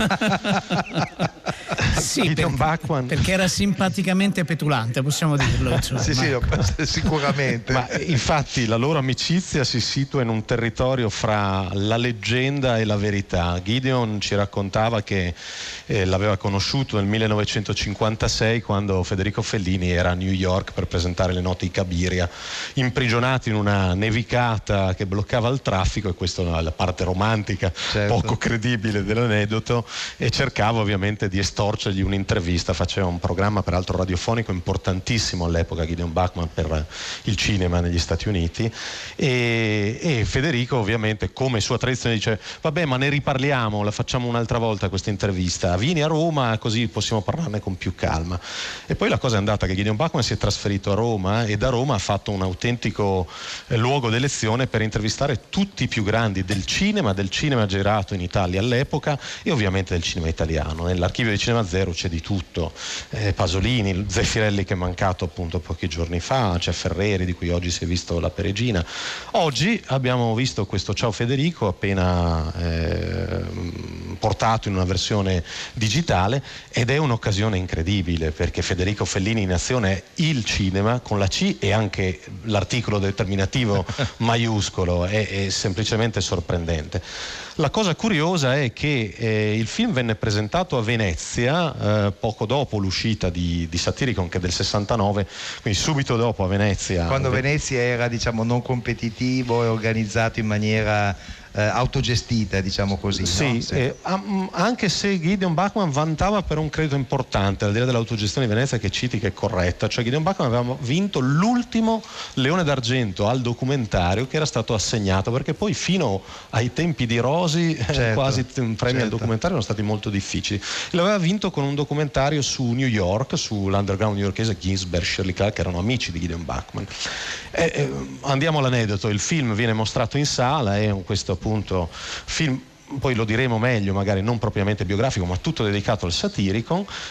Sì, Bachman, perché era simpaticamente petulante, possiamo dirlo. Sì, sicuramente. Ma infatti la loro amicizia si situa in un territorio fra la leggenda e la verità. Gideon ci raccontava che l'aveva conosciuto nel 1956, quando Federico Fellini era a New York per presentare le note di Cabiria, imprigionato in una nevicata che bloccava il traffico, e questa è la parte romantica, poco credibile dell'aneddoto, e cercava ovviamente di estorcergli un'intervista. Faceva un programma peraltro radiofonico importantissimo all'epoca, Gideon Bachman, per il cinema negli Stati Uniti, e Federico ovviamente, come sua tradizione, dice: vabbè, ma ne riparliamo, la facciamo un'altra volta questa intervista, vieni a Roma così possiamo parlarne con più calma. E poi la cosa è andata che Gideon Bachman si è trasferito a Roma, e da Roma ha fatto un autentico luogo d'elezione per intervistare tutti i più grandi del cinema girato in Italia all'epoca, e ovviamente del cinema italiano. Nell'archivio di Cinema Zero c'è di tutto, Pasolini, Zeffirelli che è mancato appunto pochi giorni fa, c'è Ferreri di cui oggi si è visto La Peregina. Oggi abbiamo visto questo Ciao Federico, appena portato in una versione digitale, ed è un'occasione incredibile, perché Federico Fellini in azione è il cinema con la C, e anche l'articolo determinativo maiuscolo è semplicemente sorprendente. La cosa curiosa è che il film venne presentato a Venezia poco dopo l'uscita di Satyricon, che è del 69, quindi subito dopo a Venezia. Quando Venezia era, diciamo, non competitivo e organizzato in maniera autogestita, diciamo così. Sì, no? Sì. Anche se Gideon Bachman vantava per un credito importante, al di là dell'autogestione di Venezia, che citi che è corretta, cioè Gideon Bachman aveva vinto l'ultimo Leone d'Argento al documentario che era stato assegnato, perché poi fino ai tempi di Rosi quasi premi al documentario erano stati molto difficili. L'aveva vinto con un documentario su New York, sull'underground newyorkese Ginsberg, Shirley Clark, che erano amici di Gideon Bachman. Andiamo all'aneddoto. Il film viene mostrato in sala, è questo appunto film, poi lo diremo meglio, magari non propriamente biografico, ma tutto dedicato al Satyricon.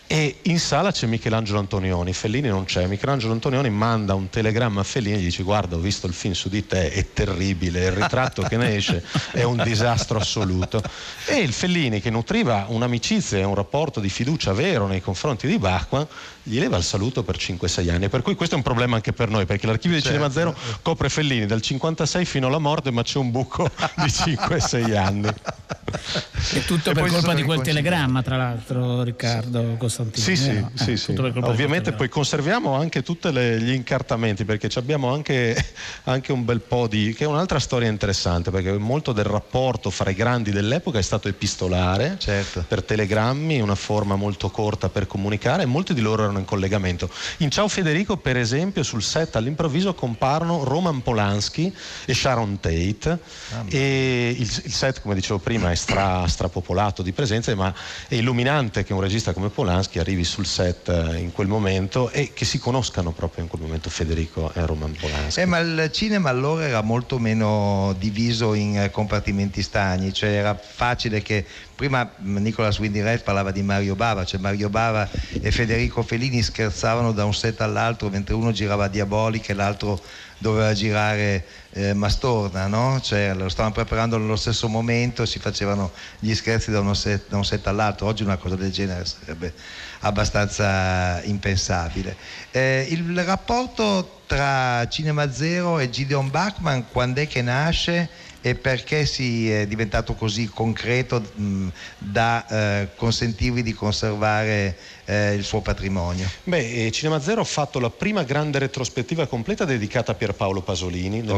E in sala c'è Michelangelo Antonioni, Fellini non c'è. Michelangelo Antonioni manda un telegramma a Fellini e gli dice: guarda, ho visto il film su di te, è terribile, il ritratto che ne esce è un disastro assoluto. E il Fellini, che nutriva un'amicizia e un rapporto di fiducia vero nei confronti di Bachmann, gli leva il saluto per 5-6 anni. Per cui questo è un problema anche per noi, perché l'archivio di Cinema Zero copre Fellini dal 56 fino alla morte, ma c'è un buco di 5-6 anni. È tutto per colpa di quel telegramma, tra l'altro, Riccardo Costantini. Sì. Ovviamente poi conserviamo anche tutti gli incartamenti, perché abbiamo anche un bel po' che è un'altra storia interessante, perché molto del rapporto fra i grandi dell'epoca è stato epistolare, per telegrammi, una forma molto corta per comunicare, e molti di loro erano in collegamento. In Ciao Federico, per esempio, sul set all'improvviso comparono Roman Polanski e Sharon Tate, e il set, come dicevo prima, è strapopolato di presenze, ma è illuminante che un regista come Polanski arrivi sul set in quel momento e che si conoscano proprio in quel momento Federico e Roman Polanski. Ma il cinema allora era molto meno diviso in compartimenti stagni, cioè era facile che prima Nicolas Winding Refn parlava di Mario Bava, cioè Mario Bava e Federico Fellini scherzavano da un set all'altro mentre uno girava Diabolica e l'altro doveva girare Mastorna, no? Cioè lo stavano preparando nello stesso momento e si facevano gli scherzi da un set all'altro. Oggi una cosa del genere sarebbe abbastanza impensabile. Il rapporto tra Cinema Zero e Gideon Bachmann quando è che nasce e perché si è diventato così concreto da consentirvi di conservare il suo patrimonio? Cinema Zero ha fatto la prima grande retrospettiva completa dedicata a Pierpaolo Pasolini nel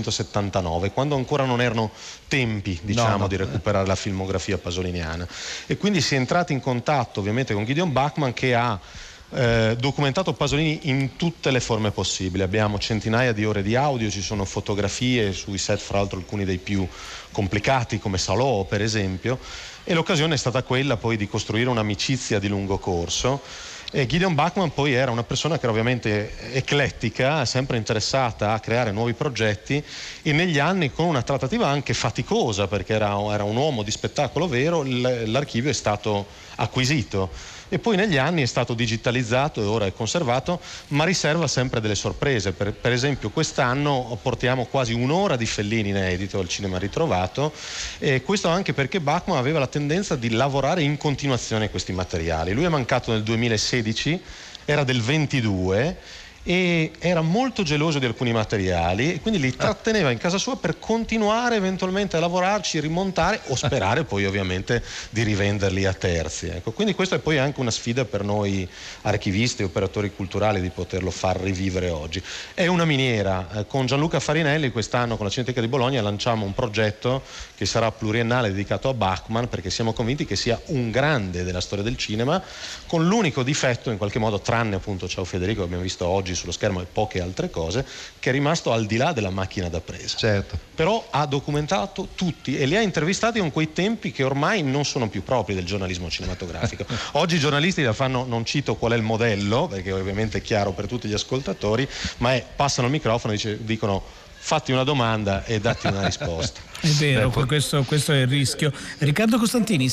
1979, quando ancora non erano tempi, diciamo, di recuperare la filmografia pasoliniana, e quindi si è entrati in contatto ovviamente con Gideon Bachmann, che ha documentato Pasolini in tutte le forme possibili. Abbiamo centinaia di ore di audio, ci sono fotografie sui set, fra l'altro alcuni dei più complicati come Salò per esempio, e l'occasione è stata quella poi di costruire un'amicizia di lungo corso. E Gideon Bachmann poi era una persona che era ovviamente eclettica, sempre interessata a creare nuovi progetti, e negli anni, con una trattativa anche faticosa, perché era un uomo di spettacolo vero, l'archivio è stato acquisito. E poi negli anni è stato digitalizzato e ora è conservato, ma riserva sempre delle sorprese. Per esempio quest'anno portiamo quasi un'ora di Fellini inedito al Cinema Ritrovato, e questo anche perché Bachmann aveva la tendenza di lavorare in continuazione questi materiali. Lui è mancato nel 2016, era del 22 e era molto geloso di alcuni materiali, e quindi li tratteneva in casa sua per continuare eventualmente a lavorarci, rimontare o sperare poi ovviamente di rivenderli a terzi. Ecco, quindi questa è poi anche una sfida per noi archivisti e operatori culturali di poterlo far rivivere oggi. È una miniera. Con Gianluca Farinelli quest'anno con la Cineteca di Bologna lanciamo un progetto che sarà pluriennale dedicato a Bachmann, perché siamo convinti che sia un grande della storia del cinema, con l'unico difetto in qualche modo, tranne appunto Ciao Federico che abbiamo visto oggi sullo schermo e poche altre cose, che è rimasto al di là della macchina da presa. Certo. Però ha documentato tutti e li ha intervistati con quei tempi che ormai non sono più propri del giornalismo cinematografico. Oggi i giornalisti la fanno, non cito qual è il modello, perché ovviamente è chiaro per tutti gli ascoltatori, ma passano il microfono e dicono: fatti una domanda e datti una risposta. È vero, questo è il rischio. Riccardo Costantini,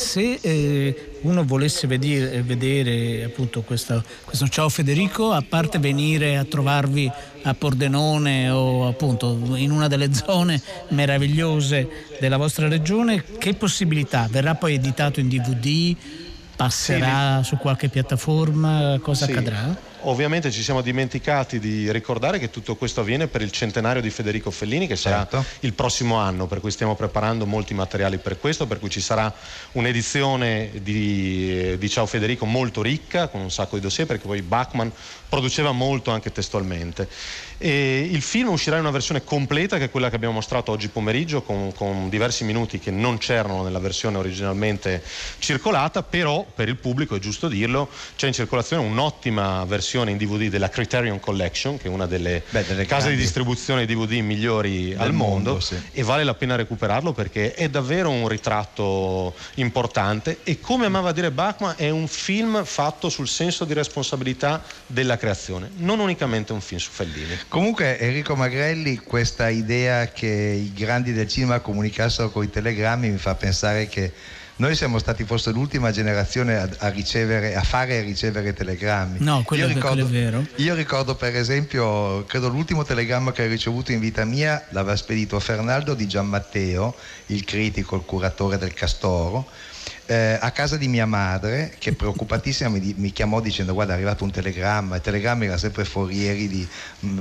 se uno volesse vedere appunto questo Ciao Federico, a parte venire a trovarvi a Pordenone o appunto in una delle zone meravigliose della vostra regione, che possibilità? Verrà poi editato in DVD? Passerà su qualche piattaforma? Cosa accadrà? Ovviamente ci siamo dimenticati di ricordare che tutto questo avviene per il centenario di Federico Fellini, che sarà il prossimo anno, per cui stiamo preparando molti materiali per questo, per cui ci sarà un'edizione di Ciao Federico molto ricca, con un sacco di dossier, perché poi Bachmann produceva molto anche testualmente. E il film uscirà in una versione completa, che è quella che abbiamo mostrato oggi pomeriggio, con diversi minuti che non c'erano nella versione originalmente circolata, però per il pubblico, è giusto dirlo, c'è in circolazione un'ottima versione in DVD della Criterion Collection, che è una delle case di distribuzione DVD migliori al mondo, e vale la pena recuperarlo perché è davvero un ritratto importante, e come amava dire Bachmann, è un film fatto sul senso di responsabilità della creazione, non unicamente un film su Fellini. Comunque Enrico Magrelli, questa idea che i grandi del cinema comunicassero con i telegrammi mi fa pensare che Noi siamo stati forse l'ultima generazione a fare e ricevere telegrammi. No, quello è vero. Io ricordo per esempio, credo l'ultimo telegramma che ho ricevuto in vita mia l'aveva spedito Fernaldo Di Giammatteo, il critico, il curatore del Castoro, a casa di mia madre, che preoccupatissima mi chiamò dicendo: guarda, è arrivato un telegramma. I telegrammi erano sempre forieri di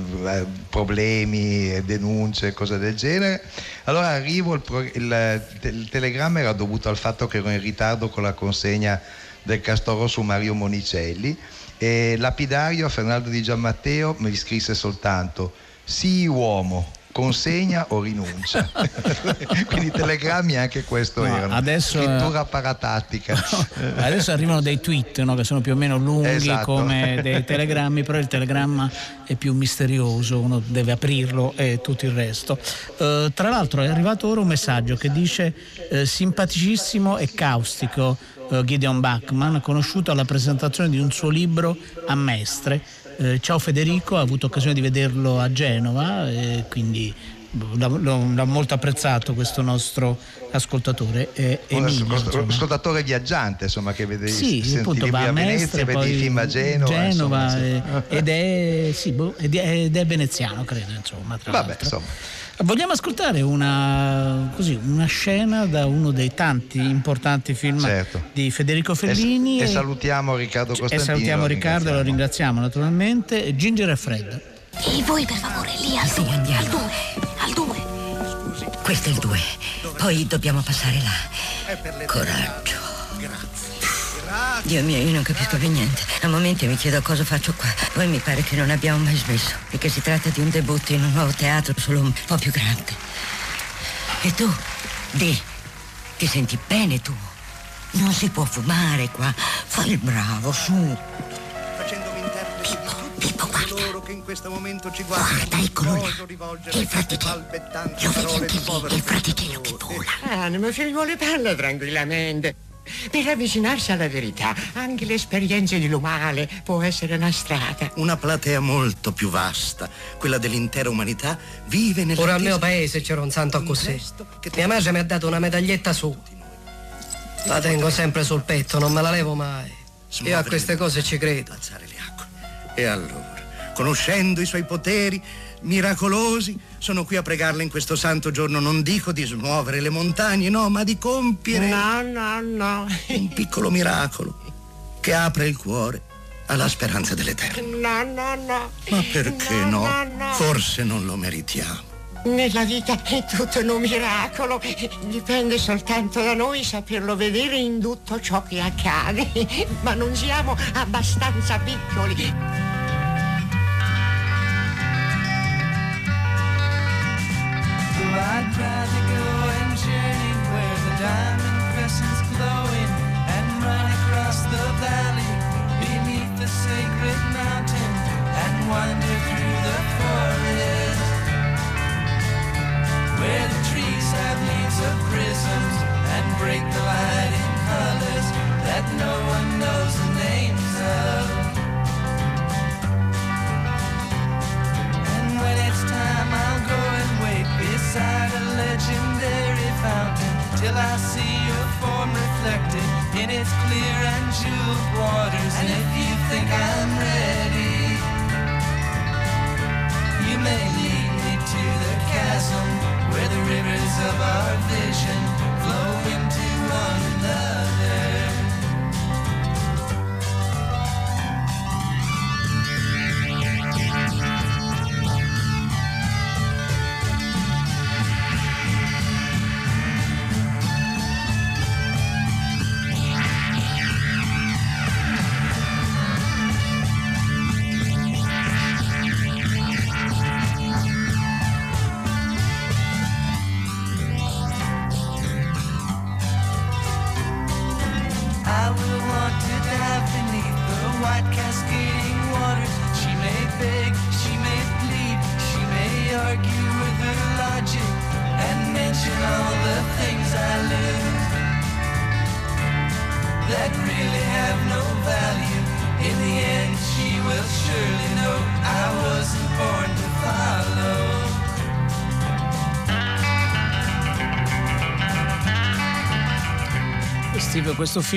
problemi, denunce, cose del genere. Allora arrivo, il telegramma era dovuto al fatto che ero in ritardo con la consegna del Castoro su Mario Monicelli, e lapidario Fernaldo Di Giammatteo mi scrisse soltanto: sì uomo, consegna o rinuncia. Quindi i telegrammi anche questo erano. Adesso, scrittura paratattica. Adesso arrivano dei tweet, no, che sono più o meno lunghi, esatto, come dei telegrammi, però il telegramma è più misterioso, uno deve aprirlo e tutto il resto. Tra l'altro è arrivato ora un messaggio che dice: simpaticissimo e caustico Gideon Bachman, conosciuto alla presentazione di un suo libro a Mestre. Ciao Federico, ho avuto occasione di vederlo a Genova e quindi l'ho molto apprezzato questo nostro ascoltatore. Ascoltatore viaggiante, insomma, che vede, sì, appunto, va a Mestre, vede i film a Genova, ed è veneziano, credo, insomma, tra l'altro. Insomma. Vogliamo ascoltare una scena da uno dei tanti importanti film, certo, di Federico Fellini. E salutiamo Riccardo Costantino. E salutiamo Riccardo, lo ringraziamo naturalmente. Ginger e Fred. E voi per favore, lì al 2, andiamo. Al 2. Scusi. Questo è il 2. Poi dobbiamo passare là. Coraggio. Dio mio, io non capisco più niente. A momenti mi chiedo cosa faccio qua. Poi mi pare che non abbiamo mai smesso e che si tratta di un debutto in un nuovo teatro, solo un po' più grande. E tu, ti senti bene tu? Non si può fumare qua. Fai il bravo, su. Pippo, guarda. Che in questo momento ci guarda, eccolo là. È il fraticello. Lo vedi anche lì, è il fraticello che vola. Mio figliuolo parla tranquillamente. Per avvicinarsi alla verità, anche l'esperienza di Lumale può essere una strada. Una platea molto più vasta, quella dell'intera umanità, vive nel... Ora al mio paese c'era un santo così. Mia madre mi ha dato una medaglietta su. La tengo sempre sul petto, non me la levo mai. Io a queste cose ci credo. E allora, conoscendo i suoi poteri miracolosi, sono qui a pregarle in questo santo giorno, non dico di smuovere le montagne, no, ma di compiere no un piccolo miracolo che apre il cuore alla speranza dell'Eterno. No. Ma perché no? Forse non lo meritiamo. Nella vita è tutto un miracolo, dipende soltanto da noi saperlo vedere in tutto ciò che accade, ma non siamo abbastanza piccoli. I'd rather go and journey where the diamond crescent's glowing and run across the valley beneath the sacred mountain and wander through the forest where the trees have leaves of prisms and break the light in colors that no one knows the names of. And when it's time I'll go and wait beside a legendary fountain till I see your form reflected in its clear and jeweled waters. And if you think I'm ready, you may lead me to the chasm where the rivers of our vision flow into one another. Steve,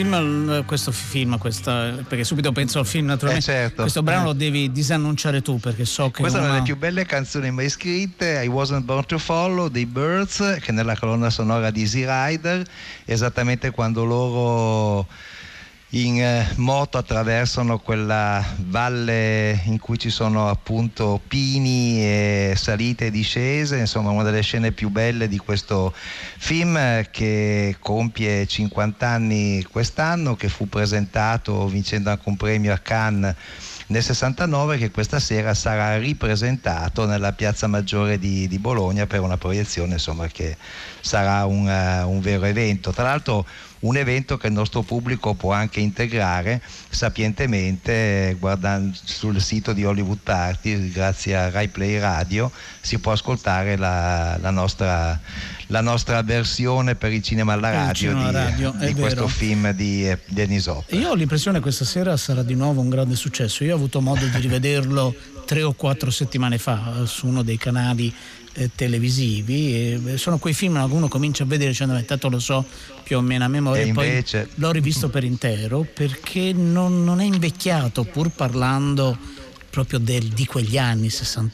perché subito penso al film naturalmente. Certo. Questo brano lo devi disannunciare tu, perché so che questa è una delle più belle canzoni mai scritte, I Wasn't Born to Follow dei Birds, che nella colonna sonora di Easy Rider, esattamente quando loro in moto attraversano quella valle in cui ci sono appunto pini e salite e discese, insomma una delle scene più belle di questo film, che compie 50 anni quest'anno, che fu presentato vincendo anche un premio a Cannes nel 69, che questa sera sarà ripresentato nella Piazza Maggiore di Bologna per una proiezione, insomma, che sarà un vero evento. Tra l'altro un evento che il nostro pubblico può anche integrare sapientemente guardando sul sito di Hollywood Party, grazie a Rai Play Radio si può ascoltare la nostra versione per il cinema alla radio di questo film di Dennis Hopper. Io ho l'impressione che questa sera sarà di nuovo un grande successo. Io ho avuto modo di rivederlo 3 o 4 settimane fa su uno dei canali televisivi, e sono quei film che uno comincia a vedere dicendo tanto lo so più o meno a memoria, e invece poi l'ho rivisto per intero perché non è invecchiato, pur parlando proprio di quegli anni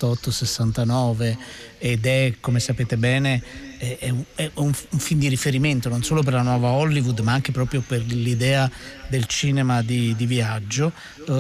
68-69, ed è, come sapete bene, è un film di riferimento non solo per la nuova Hollywood ma anche proprio per l'idea del cinema di viaggio.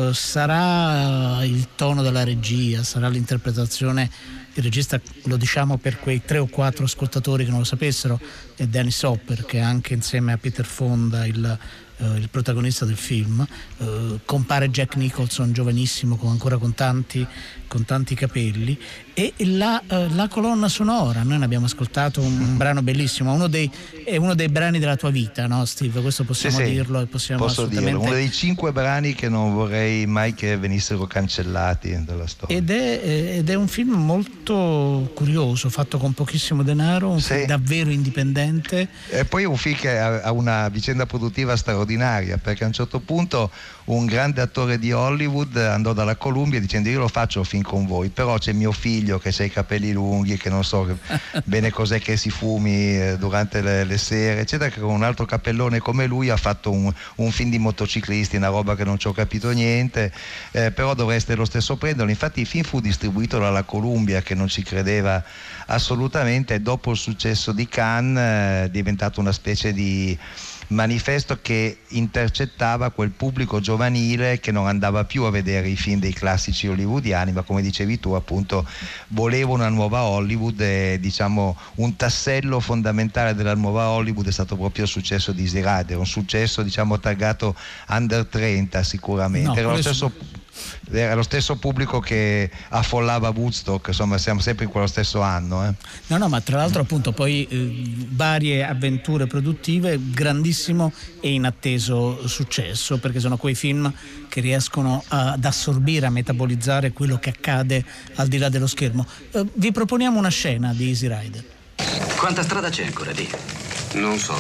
Sarà il tono della regia, sarà l'interpretazione. Il regista, lo diciamo per quei 3 o 4 ascoltatori che non lo sapessero, è Dennis Hopper, che anche insieme a Peter Fonda il protagonista del film. Compare Jack Nicholson giovanissimo, ancora con tanti capelli, e la colonna sonora, noi ne abbiamo ascoltato un brano bellissimo, è uno dei brani della tua vita, no Steve? Questo possiamo dirlo, e possiamo posso assolutamente dirlo, uno dei 5 brani che non vorrei mai che venissero cancellati dalla storia. Ed è un film molto curioso, fatto con pochissimo denaro, un film davvero indipendente, e poi un film che ha una vicenda produttiva straordinaria, perché a un certo punto un grande attore di Hollywood andò dalla Columbia dicendo: io lo faccio il film con voi, però c'è mio figlio che ha i capelli lunghi, che non so bene cos'è che si fumi durante le sere, eccetera, che con un altro cappellone come lui ha fatto un film di motociclisti, una roba che non ci ho capito niente, però dovreste lo stesso prenderlo. Infatti il film fu distribuito dalla Columbia, che non ci credeva assolutamente, e dopo il successo di Cannes è diventato una specie di manifesto che intercettava quel pubblico giovanile che non andava più a vedere i film dei classici hollywoodiani, ma come dicevi tu appunto voleva una nuova Hollywood, e diciamo un tassello fondamentale della nuova Hollywood è stato proprio il successo di Easy Rider, un successo diciamo targato under 30 sicuramente. Era lo stesso pubblico che affollava Woodstock, insomma siamo sempre in quello stesso anno. No, ma tra l'altro appunto poi varie avventure produttive, grandissimo e inatteso successo, perché sono quei film che riescono ad assorbire, a metabolizzare quello che accade al di là dello schermo. Vi proponiamo una scena di Easy Rider. Quanta strada c'è ancora di? Non so.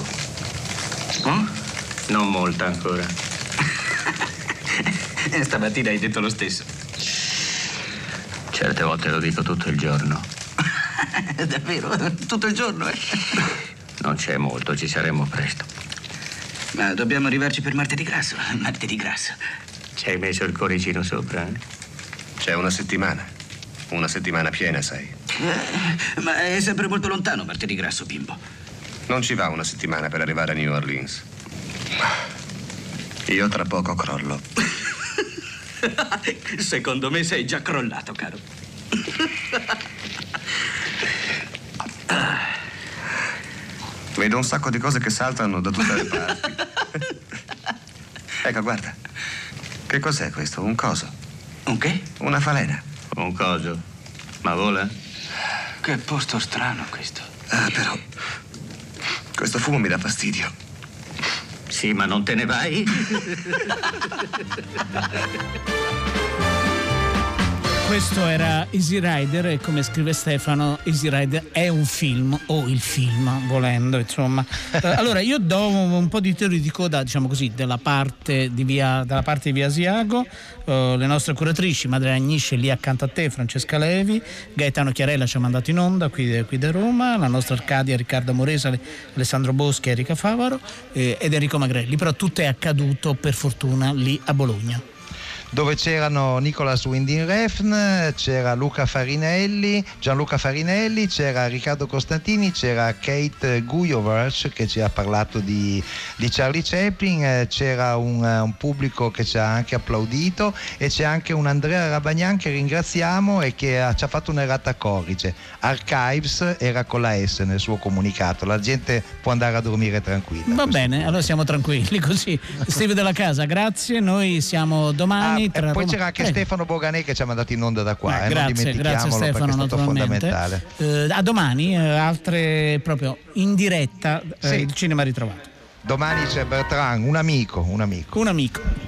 Non molta ancora. Stamattina hai detto lo stesso. Certe volte lo dico tutto il giorno. Davvero? Tutto il giorno, Non c'è molto, ci saremo presto. Ma dobbiamo arrivarci per martedì grasso. Martedì grasso. Ci hai messo il cuoricino sopra, C'è una settimana. Una settimana piena, sai. Ma è sempre molto lontano martedì grasso, bimbo. Non ci va una settimana per arrivare a New Orleans. Io tra poco crollo. Secondo me sei già crollato, caro. Vedo un sacco di cose che saltano da tutte le parti. Ecco, guarda. Che cos'è questo? Un coso? Un che? Una falena. Un coso? Ma vola? Che posto strano questo. Ah, però questo fumo mi dà fastidio. Sì, ma non te ne vai? Questo era Easy Rider e come scrive Stefano, Easy Rider è un film o il film, volendo, insomma. Allora io do un po' di teoria di coda, diciamo così, dalla parte di via Asiago. Le nostre curatrici, Madre Agnisce lì accanto a te, Francesca Levi, Gaetano Chiarella ci ha mandato in onda qui da Roma, la nostra Arcadia, Riccardo Amoresa, Alessandro Boschi, Erika Favaro ed Enrico Magrelli, però tutto è accaduto per fortuna lì a Bologna, dove c'erano Nicolas Winding Refn, c'era Gianluca Farinelli, c'era Riccardo Costantini, c'era Kate Gujovac che ci ha parlato di Charlie Chaplin, c'era un pubblico che ci ha anche applaudito e c'è anche un Andrea Rabagnan che ringraziamo e che ci ha fatto un'errata corrige. Archives era con la S nel suo comunicato, la gente può andare a dormire tranquilla. Va bene, allora siamo tranquilli così. Steve della Casa, grazie, noi siamo domani. Poi c'era anche Stefano Boganè che ci ha mandato in onda da qua, non grazie dimentichiamolo Stefano, perché è stato fondamentale. A domani, altre proprio in diretta, il cinema ritrovato. Domani c'è Bertrand, un amico.